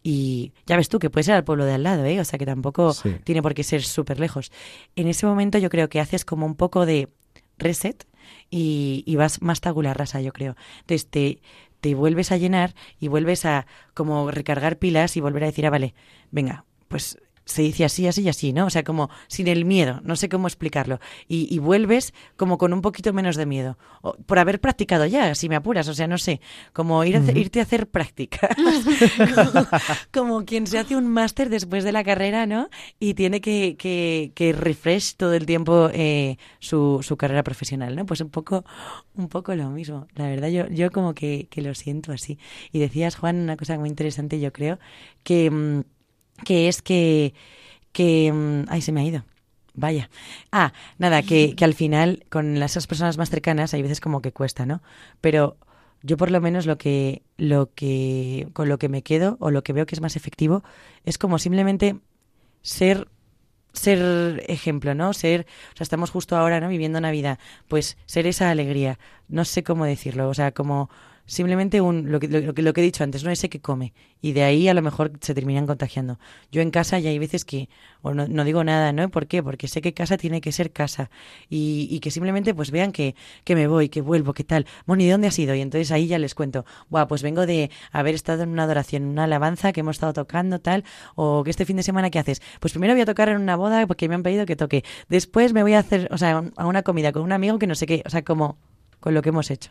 y ya ves tú que puede ser al pueblo de al lado, ¿eh? O sea, que tampoco sí. tiene por qué ser súper lejos. En ese momento yo creo que haces como un poco de reset y, y vas más tabula rasa, yo creo. Entonces te... te vuelves a llenar y vuelves a como recargar pilas y volver a decir, ah, vale, venga, pues se dice así, así y así, ¿no? O sea, como sin el miedo, no sé cómo explicarlo. Y, y vuelves como con un poquito menos de miedo. O, por haber practicado ya, si me apuras, o sea, no sé, como ir a, uh-huh. irte a hacer prácticas. como, como quien se hace un máster después de la carrera, ¿no? Y tiene que, que, que refresh todo el tiempo eh, su, su carrera profesional, ¿no? Pues un poco, un poco lo mismo. La verdad, yo, yo como que, que lo siento así. Y decías, Juan, una cosa muy interesante, yo creo, que... Mmm, que es que, que... Ay, se me ha ido. Vaya. Ah, nada, que, que al final con esas personas más cercanas hay veces como que cuesta, ¿no? Pero yo por lo menos lo que, lo que con lo que me quedo o lo que veo que es más efectivo es como simplemente ser ser ejemplo, ¿no? Ser, o sea, estamos justo ahora, ¿no? Viviendo Navidad, pues ser esa alegría, no sé cómo decirlo, o sea, como simplemente un lo que, lo, que, lo que he dicho antes, no ese que come, y de ahí a lo mejor se terminan contagiando. Yo en casa ya hay veces que, o no, no digo nada, ¿no? ¿Por qué? Porque sé que casa tiene que ser casa, y, y que simplemente pues vean que, que me voy, que vuelvo, que tal. Bueno, ¿y de dónde has ido? Y entonces ahí ya les cuento, buah, pues vengo de haber estado en una adoración, en una alabanza que hemos estado tocando, tal, o que este fin de semana, ¿qué haces? Pues primero voy a tocar en una boda porque me han pedido que toque, después me voy a hacer, o sea, a una comida con un amigo que no sé qué, o sea, como con lo que hemos hecho.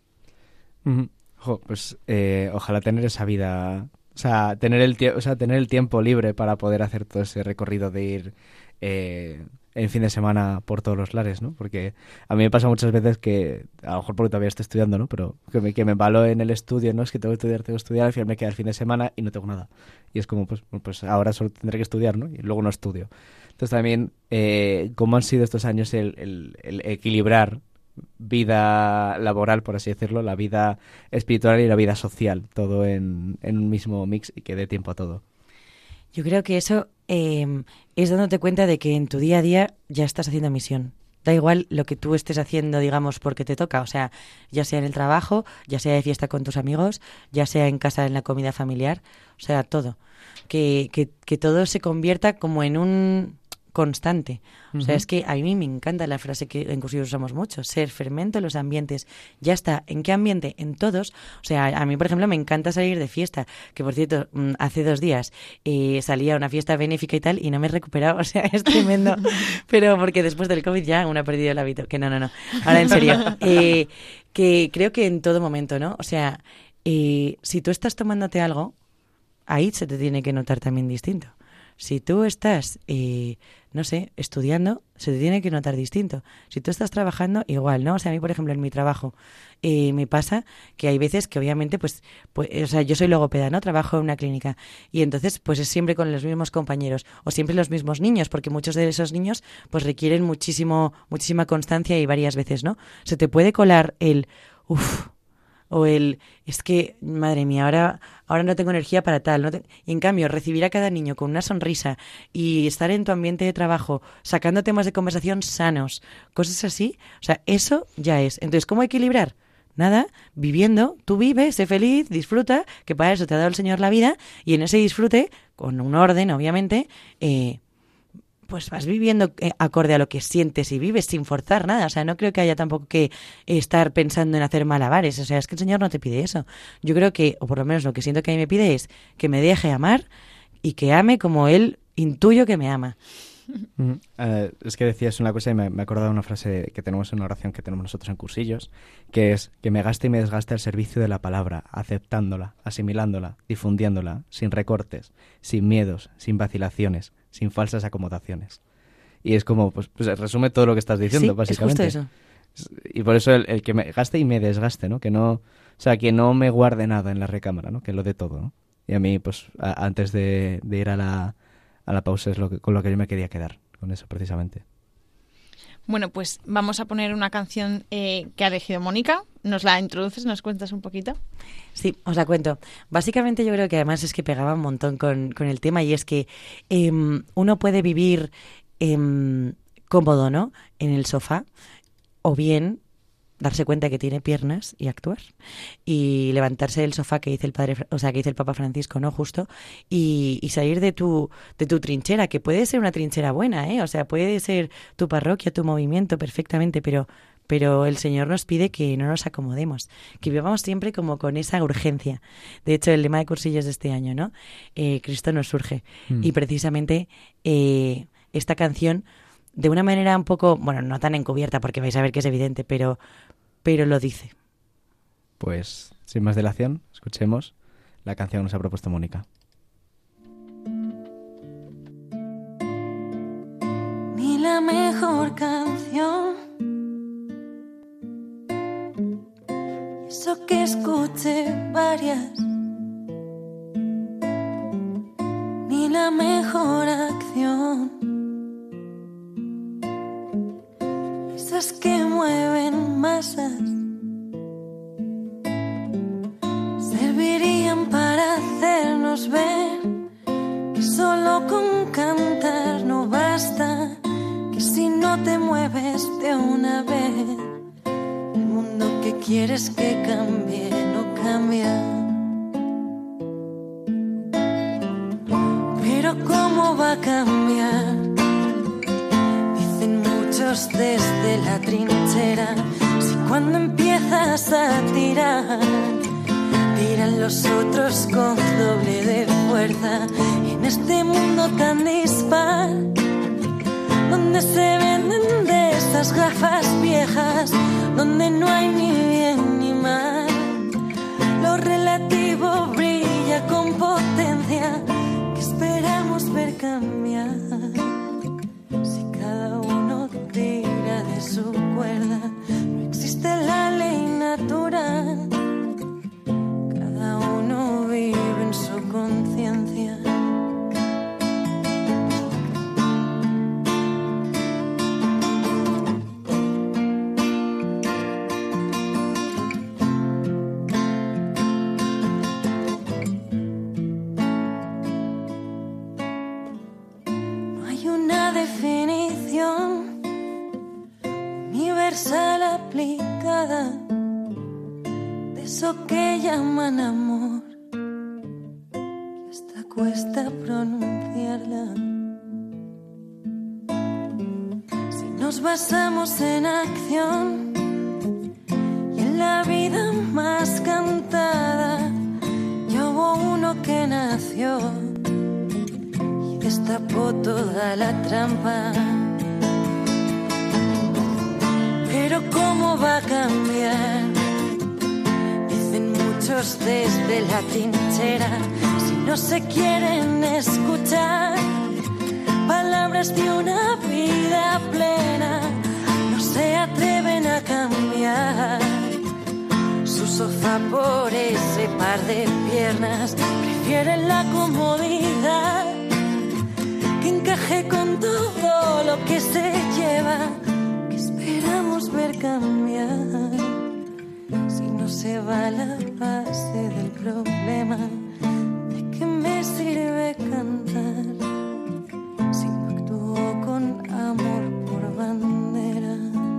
Uh-huh. Jo, pues eh, ojalá tener esa vida, o sea, tener el tie- o sea, tener el tiempo libre para poder hacer todo ese recorrido de ir eh, en fin de semana por todos los lares, ¿no? Porque a mí me pasa muchas veces que, a lo mejor porque todavía estoy estudiando, ¿no? Pero que me, que me embalo en el estudio, ¿no? Es que tengo que estudiar, tengo que estudiar, al final me queda el fin de semana y no tengo nada. Y es como, pues, pues ahora solo tendré que estudiar, ¿no? Y luego no estudio. Entonces también, eh, ¿cómo han sido estos años el, el, el equilibrar vida laboral, por así decirlo, la vida espiritual y la vida social, todo en, en un mismo mix y que dé tiempo a todo? Yo creo que eso eh, es dándote cuenta de que en tu día a día ya estás haciendo misión. Da igual lo que tú estés haciendo, digamos, porque te toca. O sea, ya sea en el trabajo, ya sea de fiesta con tus amigos, ya sea en casa en la comida familiar. O sea, todo. Que, que, que todo se convierta como en un constante. O uh-huh. sea, es que a mí me encanta la frase que en Cursillos usamos mucho, ser fermento en los ambientes. Ya está. ¿En qué ambiente? En todos. O sea, a mí, por ejemplo, me encanta salir de fiesta, que por cierto, hace dos días eh, salí a una fiesta benéfica y tal, y no me he recuperado. O sea, es tremendo. Pero porque después del COVID ya uno ha perdido el hábito. Que no, no, no. Ahora, en serio. Eh, que creo que en todo momento, ¿no? O sea, eh, si tú estás tomándote algo, ahí se te tiene que notar también distinto. Si tú estás, eh, no sé, estudiando, se te tiene que notar distinto. Si tú estás trabajando, igual, ¿no? O sea, a mí, por ejemplo, en mi trabajo eh, me pasa que hay veces que obviamente, pues, pues, o sea, yo soy logopeda, ¿no? Trabajo en una clínica y entonces, pues, es siempre con los mismos compañeros o siempre los mismos niños, porque muchos de esos niños, pues, requieren muchísimo, muchísima constancia y varias veces, ¿no? Se te puede colar el, uff, o el, es que, madre mía, ahora, ahora no tengo energía para tal. No te... Y en cambio, recibir a cada niño con una sonrisa y estar en tu ambiente de trabajo, sacando temas de conversación sanos, cosas así, o sea, eso ya es. Entonces, ¿cómo equilibrar? Nada, viviendo, tú vives, sé feliz, disfruta, que para eso te ha dado el Señor la vida, y en ese disfrute, con un orden, obviamente, eh, pues vas viviendo acorde a lo que sientes y vives sin forzar nada. O sea, no creo que haya tampoco que estar pensando en hacer malabares. O sea, es que el Señor no te pide eso. Yo creo que, o por lo menos lo que siento que a mí me pide es que me deje amar y que ame como Él intuyo que me ama. Uh, es que decías una cosa y me, me he acordado de una frase que tenemos en una oración que tenemos nosotros en Cursillos, que es que me gaste y me desgaste al servicio de la palabra, aceptándola, asimilándola, difundiéndola, sin recortes, sin miedos, sin vacilaciones, sin falsas acomodaciones. Y es como, pues, pues resume todo lo que estás diciendo, sí, básicamente. Es justo eso. Y por eso el, el que me gaste y me desgaste, ¿no? Que no, o sea, que no me guarde nada en la recámara, ¿no? Que lo dé todo, ¿no? Y a mí, pues, a, antes de, de ir a la a la pausa es lo que, con lo que yo me quería quedar, con eso precisamente. Bueno, pues vamos a poner una canción eh, que ha elegido Mónica. ¿Nos la introduces? ¿Nos cuentas un poquito? Sí, os la cuento. Básicamente yo creo que además es que pegaba un montón con, con el tema y es que eh, uno puede vivir eh, cómodo, ¿no? En el sofá o bien darse cuenta que tiene piernas y actuar y levantarse del sofá que dice el padre, o sea, que dice el Papa Francisco, ¿no? Justo y, y salir de tu de tu trinchera, que puede ser una trinchera buena, ¿eh? O sea, puede ser tu parroquia, tu movimiento perfectamente, pero pero el Señor nos pide que no nos acomodemos, que vivamos siempre como con esa urgencia. De hecho, el lema de Cursillos de este año, ¿no? Eh, Cristo nos urge. Mm. Y precisamente eh, esta canción, de una manera un poco, bueno, no tan encubierta porque vais a ver que es evidente, pero pero lo dice. Pues, sin más dilación, escuchemos la canción que nos ha propuesto Mónica. Ni la mejor canción, eso que escuché varias, ni la mejor acción, esas que mueven masas, servirían para hacernos ver que solo con cantar no basta. mueves de una vez. El mundo que quieres que cambie no cambia. Pero ¿cómo va a cambiar? Dicen muchos desde la trinchera. Si cuando empiezas a tirar, tiran los otros con doble de fuerza. En este mundo tan dispar, donde se venden de esas gafas viejas, donde no hay ni bien ni mal, lo relativo brilla con potencia que esperamos ver cambiar. Si cada uno tira de su cuerda, no existe la ley natural. Cada uno vive en su conciencia. No hay una definición universal aplicada de eso que llaman amor, que hasta cuesta pronunciarla. Si nos basamos en acción y en la vida más cantada, ya hubo uno que nació y destapó toda la trampa. Pero ¿cómo va a cambiar? Dicen muchos desde la trinchera. Si no se quieren escuchar palabras de una vida plena, no se atreven a cambiar su sofá por ese par de piernas. Prefieren la comodidad que encaje con todo lo que se lleva, que esperamos ver cambiar. Si no se va a la base del problema, ¿de qué me sirve cantar si no actúo con amor por bandera?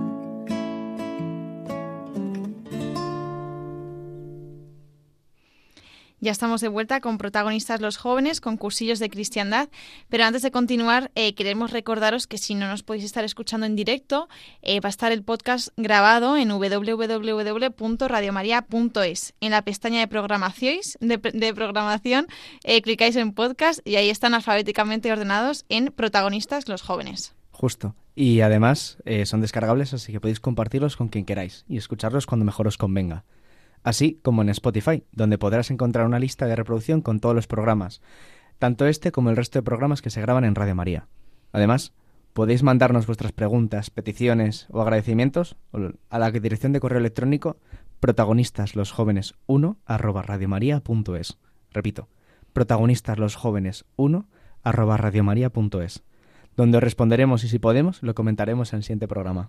Ya estamos de vuelta con Protagonistas los Jóvenes, con cursillos de cristiandad, pero antes de continuar eh, queremos recordaros que si no nos podéis estar escuchando en directo, eh, va a estar el podcast grabado en doble u doble u doble u punto radio maría punto es. En la pestaña de programación, de, de programación eh, clicáis en podcast y ahí están alfabéticamente ordenados en Protagonistas los Jóvenes. Justo. Y además eh, son descargables, así que podéis compartirlos con quien queráis y escucharlos cuando mejor os convenga. Así como en Spotify, donde podrás encontrar una lista de reproducción con todos los programas, tanto este como el resto de programas que se graban en Radio María. Además, podéis mandarnos vuestras preguntas, peticiones o agradecimientos a la dirección de correo electrónico protagonistasLosJóvenes uno arroba radiomaria.es. Repito, protagonistasLosJóvenes uno arroba radiomaria.es, donde os responderemos y, si podemos, lo comentaremos en el siguiente programa.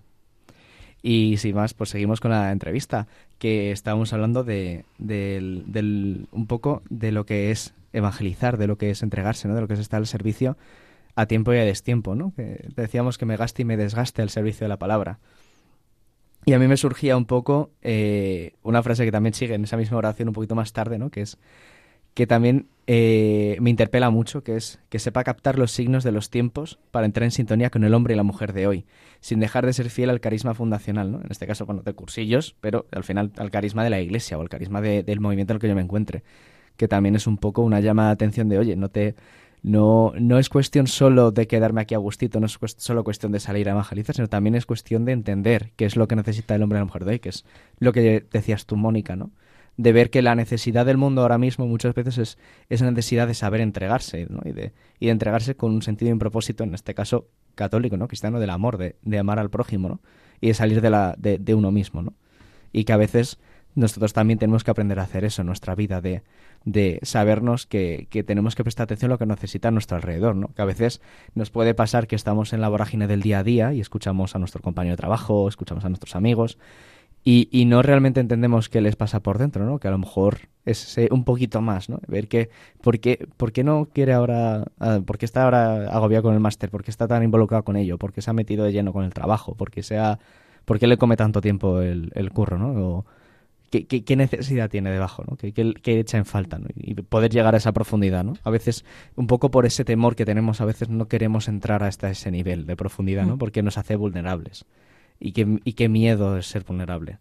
Y sin más, pues seguimos con la entrevista, que estábamos hablando de, de, de un poco de lo que es evangelizar, de lo que es entregarse, ¿no? De lo que es estar al servicio a tiempo y a destiempo, ¿no? Que decíamos que me gaste y me desgaste al servicio de la palabra. Y a mí me surgía un poco eh, una frase que también sigue en esa misma oración un poquito más tarde, ¿no? Que es que también eh, me interpela mucho, que es que sepa captar los signos de los tiempos para entrar en sintonía con el hombre y la mujer de hoy, sin dejar de ser fiel al carisma fundacional, ¿no? En este caso, bueno, de cursillos, pero al final al carisma de la Iglesia o al carisma de, del movimiento en el que yo me encuentre, que también es un poco una llama de atención de, oye, no te no no es cuestión solo de quedarme aquí a gustito, no es cuest- solo cuestión de salir a evangelizar, sino también es cuestión de entender qué es lo que necesita el hombre y la mujer de hoy, que es lo que decías tú, Mónica, ¿no? De ver que la necesidad del mundo ahora mismo muchas veces es esa necesidad de saber entregarse, ¿no? y, de, y de entregarse con un sentido y un propósito, en este caso católico, ¿no? Cristiano, del amor, de, de amar al prójimo, ¿no? Y de salir de, la, de, de uno mismo, ¿no? Y que a veces nosotros también tenemos que aprender a hacer eso en nuestra vida, de, de sabernos que, que tenemos que prestar atención a lo que necesita a nuestro alrededor, ¿no? Que a veces nos puede pasar que estamos en la vorágine del día a día y escuchamos a nuestro compañero de trabajo, escuchamos a nuestros amigos, y, y no realmente entendemos qué les pasa por dentro, ¿no? Que a lo mejor es eh, un poquito más, ¿no? Ver que, ¿por qué, por qué no quiere ahora, uh, por qué está ahora agobiado con el máster? ¿Por qué está tan involucrado con ello? ¿Por qué se ha metido de lleno con el trabajo? ¿Por qué, se ha, por qué le come tanto tiempo el, el curro, ¿no? O, ¿qué, qué, ¿Qué necesidad tiene debajo, ¿no? ¿Qué, qué, qué echa en falta, ¿no? Y poder llegar a esa profundidad, ¿no? A veces, un poco por ese temor que tenemos, a veces no queremos entrar hasta ese nivel de profundidad, ¿no? Porque nos hace vulnerables. Y qué, y qué miedo es ser vulnerable.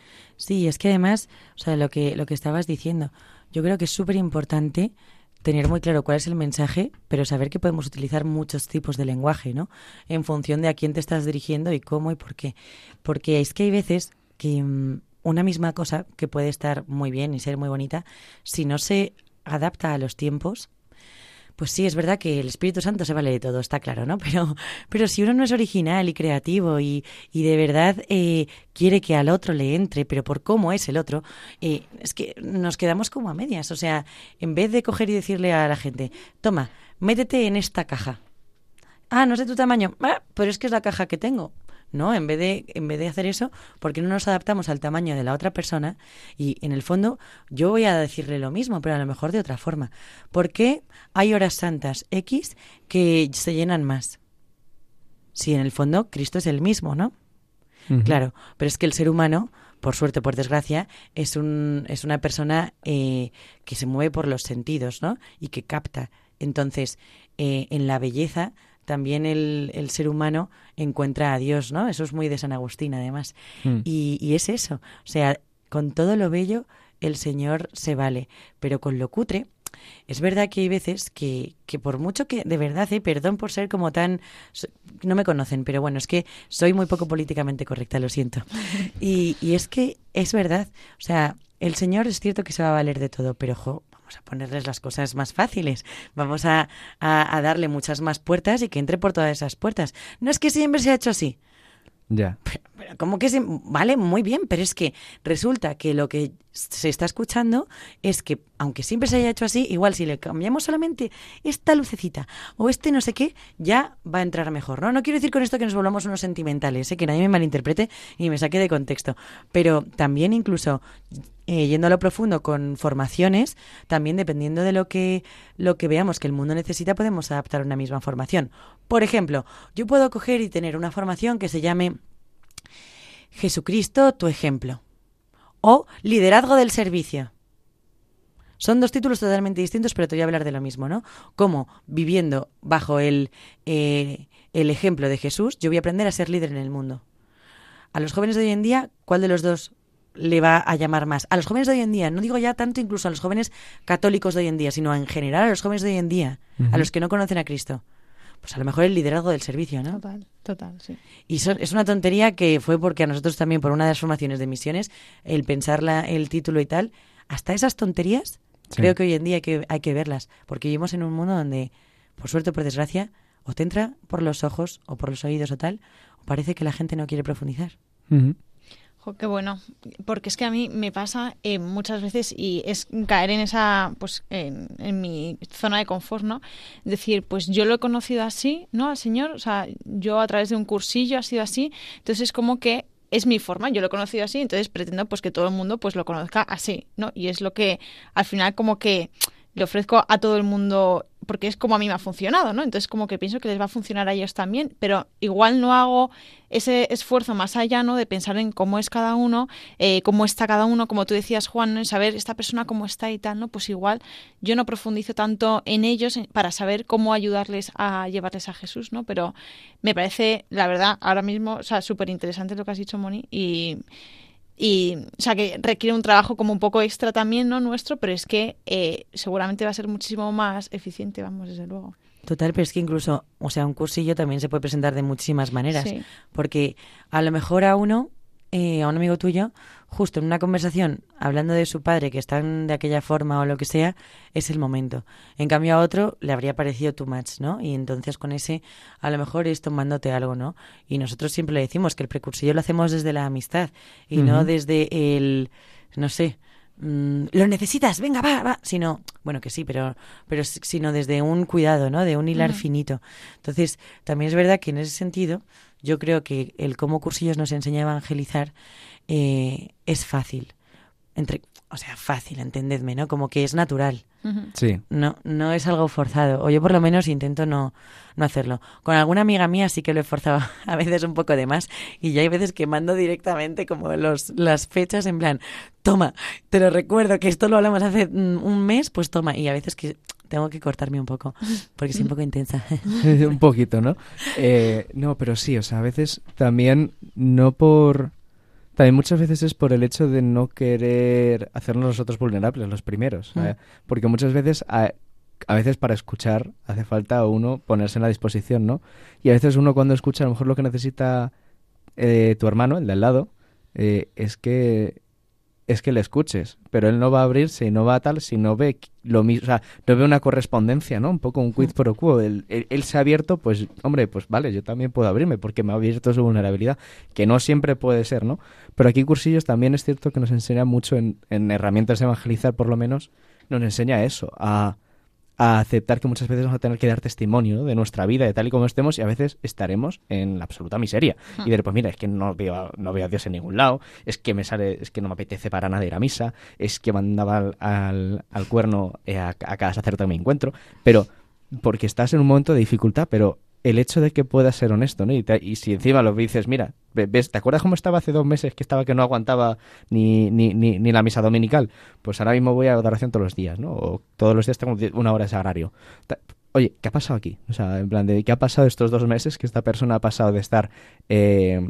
Sí, es que además, o sea, lo que, lo que estabas diciendo, yo creo que es súper importante tener muy claro cuál es el mensaje, pero saber que podemos utilizar muchos tipos de lenguaje, ¿no? En función de a quién te estás dirigiendo y cómo y por qué. Porque es que hay veces que um, una misma cosa que puede estar muy bien y ser muy bonita, si no se adapta a los tiempos, pues sí, es verdad que el Espíritu Santo se vale de todo, está claro, ¿no? Pero, pero si uno no es original y creativo y, y de verdad eh, quiere que al otro le entre, pero por cómo es el otro, eh, es que nos quedamos como a medias. O sea, en vez de coger y decirle a la gente, toma, métete en esta caja. Ah, no es de tu tamaño. Ah, pero es que es la caja que tengo. No, en vez de en vez de hacer eso, ¿por qué no nos adaptamos al tamaño de la otra persona? Y en el fondo yo voy a decirle lo mismo, pero a lo mejor de otra forma. ¿Por qué hay horas santas X que se llenan más? Si en el fondo Cristo es el mismo, ¿no? Uh-huh. Claro, pero es que el ser humano, por suerte o por desgracia, es un es una persona eh, que se mueve por los sentidos, ¿no? Y que capta. Entonces, eh, en la belleza también el, el ser humano encuentra a Dios, ¿no? Eso es muy de San Agustín, además. Mm. Y, y es eso. O sea, con todo lo bello, el Señor se vale. Pero con lo cutre, es verdad que hay veces que, que por mucho que, de verdad, ¿eh? Perdón por ser como tan... No me conocen, pero bueno, es que soy muy poco políticamente correcta, lo siento. Y, y es que es verdad. O sea, el Señor es cierto que se va a valer de todo, pero, jo, vamos a ponerles las cosas más fáciles, vamos a, a, a darle muchas más puertas y que entre por todas esas puertas. No es que siempre se ha hecho así. Ya. Yeah. Pero, pero ¿cómo que se...? Vale, muy bien, pero es que resulta que lo que se está escuchando es que, aunque siempre se haya hecho así, igual si le cambiamos solamente esta lucecita o este no sé qué, ya va a entrar mejor, ¿no? No quiero decir con esto que nos volvamos unos sentimentales, ¿eh? Que nadie me malinterprete y me saque de contexto, pero también incluso... Eh, yendo a lo profundo con formaciones, también dependiendo de lo que lo que veamos que el mundo necesita, podemos adaptar una misma formación. Por ejemplo, yo puedo coger y tener una formación que se llame Jesucristo, tu ejemplo, o Liderazgo del servicio. Son dos títulos totalmente distintos, pero te voy a hablar de lo mismo, ¿no? Como viviendo bajo el, eh, el ejemplo de Jesús, yo voy a aprender a ser líder en el mundo. A los jóvenes de hoy en día, ¿cuál de los dos le va a llamar más? A los jóvenes de hoy en día, no digo ya tanto incluso a los jóvenes católicos de hoy en día, sino en general a los jóvenes de hoy en día, uh-huh. A los que no conocen a Cristo. Pues a lo mejor el liderazgo del servicio, ¿no? Total, total, sí. Y son, es una tontería que fue porque a nosotros también, por una de las formaciones de misiones, el pensar la, el título y tal, hasta esas tonterías, sí. Creo que hoy en día hay que, hay que verlas, porque vivimos en un mundo donde, por suerte o por desgracia, o te entra por los ojos o por los oídos o tal, o parece que la gente no quiere profundizar. Uh-huh. Qué bueno, porque es que a mí me pasa eh, muchas veces y es caer en esa, pues, en, en mi zona de confort, ¿no? Decir, pues yo lo he conocido así, ¿no? Al Señor, o sea, yo a través de un cursillo ha sido así, entonces es como que es mi forma, yo lo he conocido así, entonces pretendo pues que todo el mundo pues lo conozca así, ¿no? Y es lo que al final como que le ofrezco a todo el mundo porque es como a mí me ha funcionado, ¿no? Entonces como que pienso que les va a funcionar a ellos también, pero igual no hago ese esfuerzo más allá, ¿no? De pensar en cómo es cada uno, eh, cómo está cada uno, como tú decías, Juan, ¿no? En saber esta persona cómo está y tal, ¿no? Pues igual yo no profundizo tanto en ellos para saber cómo ayudarles a llevarles a Jesús, ¿no? Pero me parece, la verdad, ahora mismo, o sea, súper interesante lo que has dicho, Moni, y... Y, o sea, que requiere un trabajo como un poco extra también, ¿no? Nuestro, pero es que eh, seguramente va a ser muchísimo más eficiente, vamos, desde luego. Total, pero es que incluso, o sea, un cursillo también se puede presentar de muchísimas maneras. Sí. Porque a lo mejor a uno, eh, a un amigo tuyo, justo en una conversación, hablando de su padre, que están de aquella forma o lo que sea, es el momento. En cambio a otro le habría parecido too much, ¿no? Y entonces con ese, a lo mejor es tomándote algo, ¿no? Y nosotros siempre le decimos que el precursillo lo hacemos desde la amistad y uh-huh. no desde el, no sé, mmm, lo necesitas, venga, va, va, sino, bueno, que sí, pero, pero sino desde un cuidado, ¿no? De un hilar uh-huh. finito. Entonces, también es verdad que en ese sentido, yo creo que el cómo Cursillos nos enseña a evangelizar eh, es fácil. Entre, o sea, fácil, entendedme, ¿no? Como que es natural. Uh-huh. Sí. No, no es algo forzado. O yo por lo menos intento no, no hacerlo. Con alguna amiga mía sí que lo he forzado a veces un poco de más. Y ya hay veces que mando directamente como los, las fechas en plan, toma, te lo recuerdo que esto lo hablamos hace un mes, pues toma. Y a veces que tengo que cortarme un poco, porque soy un poco intensa. Un poquito, ¿no? Eh, no, pero sí, o sea, a veces también no por... También muchas veces es por el hecho de no querer hacernos nosotros vulnerables, los primeros. Mm. ¿eh? Porque muchas veces, a, a veces para escuchar, hace falta uno ponerse en la disposición, ¿no? Y a veces uno cuando escucha, a lo mejor lo que necesita eh, tu hermano, el de al lado, eh, es que es que le escuches. Pero él no va a abrirse y no va a tal si no ve lo mismo, o sea, no ve una correspondencia, ¿no? Un poco un quid pro quo. Él, él, él se ha abierto, pues, hombre, pues vale, yo también puedo abrirme porque me ha abierto su vulnerabilidad, que no siempre puede ser, ¿no? Pero aquí Cursillos también es cierto que nos enseña mucho en, en herramientas de evangelizar, por lo menos, nos enseña eso, a, a aceptar que muchas veces vamos a tener que dar testimonio, ¿no? De nuestra vida, de tal y como estemos, y a veces estaremos en la absoluta miseria. Y de pues mira, es que no veo, no veo a Dios en ningún lado, es que me sale, es que no me apetece para nada ir a misa, es que mandaba al, al, al cuerno eh, a, a cada sacerdote que me encuentro, pero porque estás en un momento de dificultad, pero el hecho de que puedas ser honesto, ¿no? Y, te, y si encima lo dices, mira, ves, ¿te acuerdas cómo estaba hace dos meses que estaba que no aguantaba ni, ni, ni, ni la misa dominical? Pues ahora mismo voy a adoración todos los días, ¿no? O todos los días tengo una hora de sagrario. Oye, ¿qué ha pasado aquí? O sea, en plan de ¿qué ha pasado estos dos meses que esta persona ha pasado de estar eh,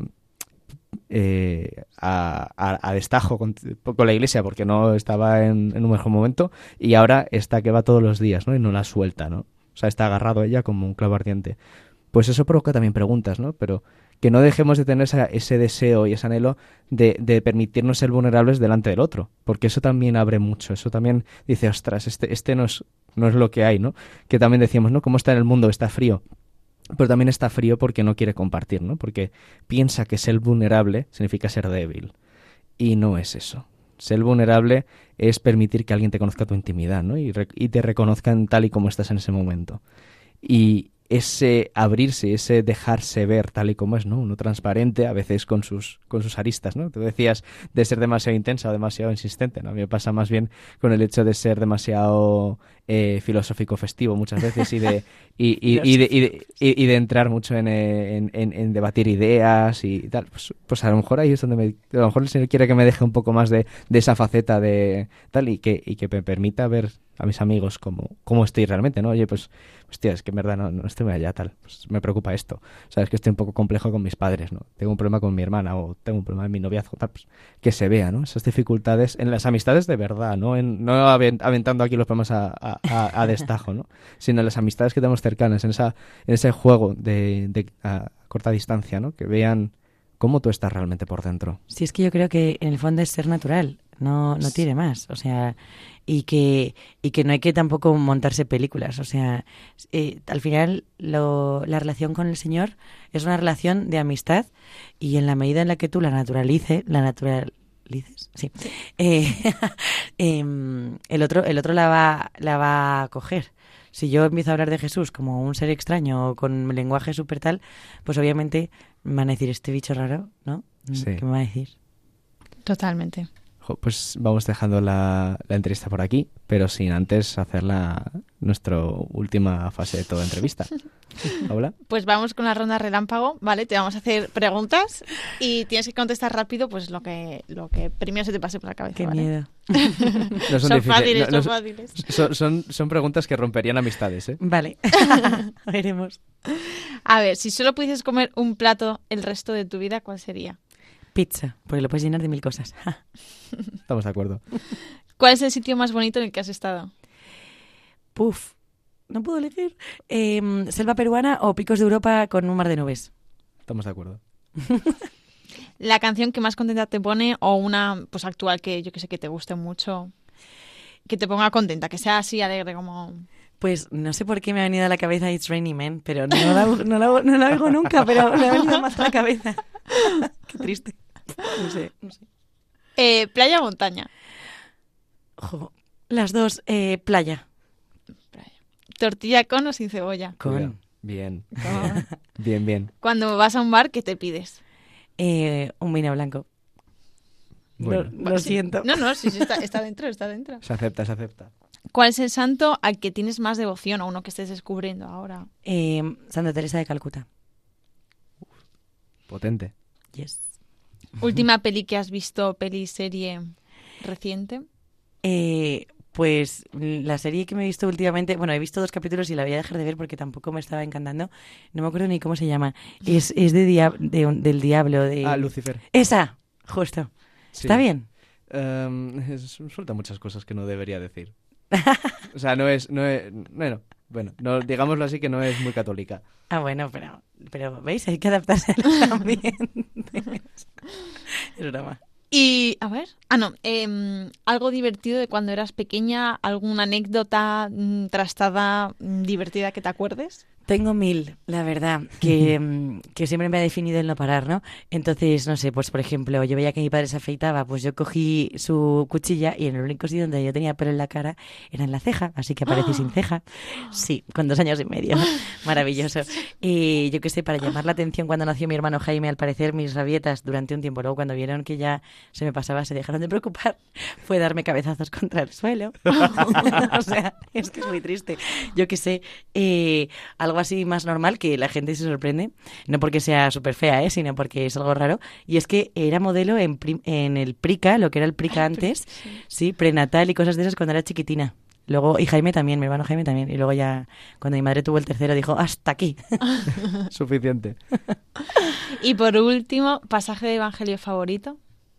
eh, a, a, a destajo con, con la iglesia porque no estaba en, en un mejor momento y ahora está que va todos los días, ¿no? Y no la suelta, ¿no? O sea, está agarrado a ella como un clavo ardiente. Pues eso provoca también preguntas, ¿no? Pero que no dejemos de tener esa, ese deseo y ese anhelo de, de permitirnos ser vulnerables delante del otro. Porque eso también abre mucho. Eso también dice, ostras, este, este no es, no es lo que hay, ¿no? Que también decíamos, ¿no? ¿Cómo está en el mundo? Está frío. Pero también está frío porque no quiere compartir, ¿no? Porque piensa que ser vulnerable significa ser débil. Y no es eso. Ser vulnerable es permitir que alguien te conozca tu intimidad, ¿no? Y, re- y te reconozcan tal y como estás en ese momento. Y ese abrirse, ese dejarse ver tal y como es, ¿no? Uno transparente, a veces con sus con sus aristas, ¿no? Tú decías de ser demasiado intensa o demasiado insistente, ¿no? A mí me pasa más bien con el hecho de ser demasiado eh, filosófico festivo muchas veces y de y, y, y, de, y, de, y, y de entrar mucho en, en, en, en debatir ideas y tal. Pues, pues a lo mejor ahí es donde me, a lo mejor el Señor quiere que me deje un poco más de, de esa faceta de tal y que, y que me permita ver a mis amigos cómo, cómo estoy realmente, ¿no? Oye, pues, hostia, es que en verdad no, no estoy muy allá, tal. Pues me preocupa esto. Sabes que estoy un poco complejo con mis padres, ¿no? Tengo un problema con mi hermana o tengo un problema en mi noviazgo, tal. Pues que se vea, ¿no? Esas dificultades en las amistades de verdad, ¿no? En, no aventando aquí los problemas a, a, a, a destajo, ¿no? Sino en las amistades que tenemos cercanas, en esa en ese juego de, de a corta distancia, ¿no? Que vean cómo tú estás realmente por dentro. Sí, es que yo creo que en el fondo es ser natural, no, no tiene más, o sea, y que y que no hay que tampoco montarse películas, o sea, eh, al final lo, la relación con el Señor es una relación de amistad y en la medida en la que tú la naturalices, la naturalices, sí, eh, eh, el otro el otro la va la va a coger. Si yo empiezo a hablar de Jesús como un ser extraño o con lenguaje súper tal, pues obviamente me van a decir, este bicho raro, ¿no? Sí. ¿Qué me va a decir? Totalmente. Pues vamos dejando la, la entrevista por aquí, pero sin antes hacer la nuestra última fase de toda entrevista. ¿Paula? Pues vamos con la ronda relámpago, ¿vale? Te vamos a hacer preguntas y tienes que contestar rápido pues lo que lo que primero se te pase por la cabeza. Qué ¿vale? miedo. No son, son difíciles, fáciles, no, no, son fáciles. Son, son, son preguntas que romperían amistades, ¿eh? Vale, veremos. A ver, si solo pudieses comer un plato el resto de tu vida, ¿cuál sería? Pizza, porque lo puedes llenar de mil cosas. Estamos de acuerdo. ¿Cuál es el sitio más bonito en el que has estado? Puf, no puedo elegir. Eh, ¿Selva peruana o Picos de Europa con un mar de nubes? Estamos de acuerdo. ¿La canción que más contenta te pone o una pues actual que yo que sé que te guste mucho, que te ponga contenta, que sea así alegre como... Pues no sé por qué me ha venido a la cabeza It's Raining Men, pero no la, no la, no la oigo nunca, pero me ha venido más a la cabeza. Qué triste. No sé, no sé. Eh, ¿Playa o montaña? Jo, las dos, eh, playa. ¿Tortilla con o sin cebolla? Con. Bien, Con. bien, bien. Cuando vas a un bar, ¿qué te pides? Eh, un vino blanco. Bueno, Lo, lo siento. No, no, sí, sí, está, está dentro, está dentro. se acepta, se acepta. ¿Cuál es el santo al que tienes más devoción o uno que estés descubriendo ahora? Eh, Santa Teresa de Calcuta. Potente. Yes. ¿Última peli que has visto, peli, serie reciente? Eh, pues la serie que me he visto últimamente, bueno, he visto dos capítulos y la voy a dejar de ver porque tampoco me estaba encantando. No me acuerdo ni cómo se llama. Es, es de, dia- de un- del diablo. De... Ah, Lucifer. Esa, justo. Sí. ¿Está bien? Em, es- suelta muchas cosas que no debería decir. O sea, no es, no es, bueno, bueno, no, digámoslo así, que no es muy católica. Ah, bueno, pero, pero ¿veis? Hay que adaptarse a los ambientes. Es broma. Y, a ver, ah, no, em, algo divertido de cuando eras pequeña, alguna anécdota mm, trastada mm, divertida que te acuerdes. Tengo mil, la verdad, que, mm, que siempre me ha definido el no parar, ¿no? Entonces, no sé, pues por ejemplo, yo veía que mi padre se afeitaba, pues yo cogí su cuchilla y en el único sitio donde yo tenía pelo en la cara era en la ceja, así que aparecí sin ceja. Sí, con dos años y medio. Maravilloso. Y yo qué sé, para llamar la atención cuando nació mi hermano Jaime, al parecer mis rabietas durante un tiempo, luego cuando vieron que ya se me pasaba, se dejaron de preocupar, fue darme cabezazos contra el suelo. O sea, es que es muy triste. Yo qué sé, eh, algo así más normal que la gente se sorprende, no porque sea súper fea, ¿eh? Sino porque es algo raro, y es que era modelo en, prim- en el Prica, lo que era el Prica antes, sí. sí, prenatal y cosas de esas cuando era chiquitina. Luego, y Jaime también, mi hermano Jaime también, y luego ya cuando mi madre tuvo el tercero dijo, hasta aquí. Suficiente. Y por último, pasaje de evangelio favorito.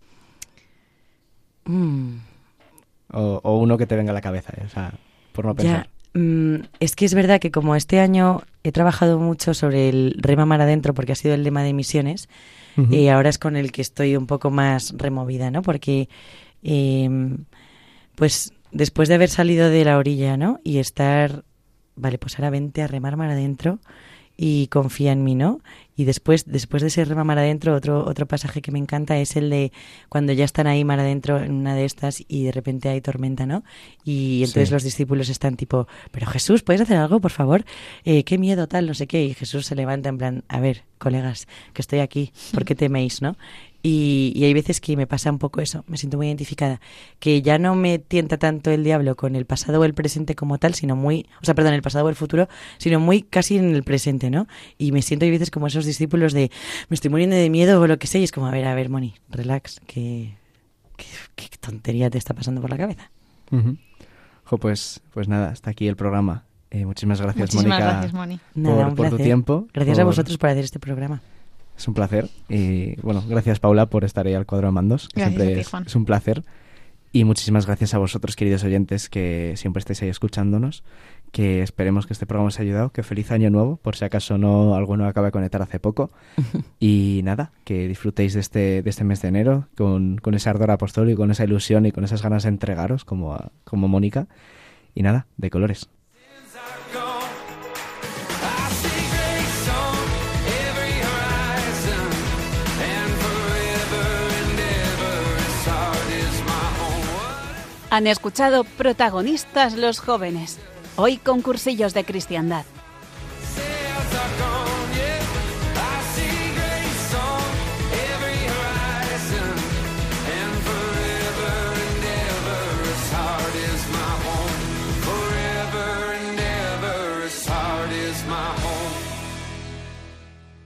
Mm. O, o uno que te venga a la cabeza, ¿eh? O sea, por no pensar. Ya. Es que es verdad que como este año he trabajado mucho sobre el rema mar adentro porque ha sido el lema de misiones, Uh-huh. y ahora es con el que estoy un poco más removida, ¿no? Porque eh, pues después de haber salido de la orilla, ¿no? Y estar, vale, pues ahora vente a remar mar adentro y confía en mí, ¿no? Y después, después de ese rema mar adentro, otro, otro pasaje que me encanta es el de cuando ya están ahí mar adentro en una de estas y de repente hay tormenta, ¿no? Y entonces Sí. los discípulos están tipo, pero Jesús, ¿puedes hacer algo, por favor? Eh, qué miedo, tal, no sé qué. Y Jesús se levanta en plan, a ver, colegas, que estoy aquí, ¿por qué teméis, no? Y, y hay veces que me pasa un poco eso, me siento muy identificada, que ya no me tienta tanto el diablo con el pasado o el presente como tal, sino muy, o sea, perdón, el pasado o el futuro, sino muy casi en el presente, ¿no? Y me siento hay veces como esos discípulos de, me estoy muriendo de miedo o lo que sé, y es como, a ver, a ver, Moni, relax, que, que, qué tontería te está pasando por la cabeza. Uh-huh. Jo, pues, pues nada, hasta aquí el programa. Eh, muchísimas gracias, Muchísimas Mónica, gracias, Moni. Nada, por, un por tu placer. tiempo. Gracias por... a vosotros por hacer este programa. Es un placer. Y bueno, gracias, Paula, por estar ahí al cuadro de mandos. Que Gracias siempre a ti, es, Juan. es un placer. Y muchísimas gracias a vosotros, queridos oyentes, que siempre estáis ahí escuchándonos. Que esperemos que este programa os haya ayudado. Que feliz año nuevo, por si acaso no alguno acaba de conectar hace poco. Y nada, que disfrutéis de este, de este mes de enero con, con ese ardor apostólico, con esa ilusión y con esas ganas de entregaros como, a- como Mónica. Y nada, de colores. Han escuchado Protagonistas los jóvenes, hoy con cursillos de cristiandad. Sails are gone.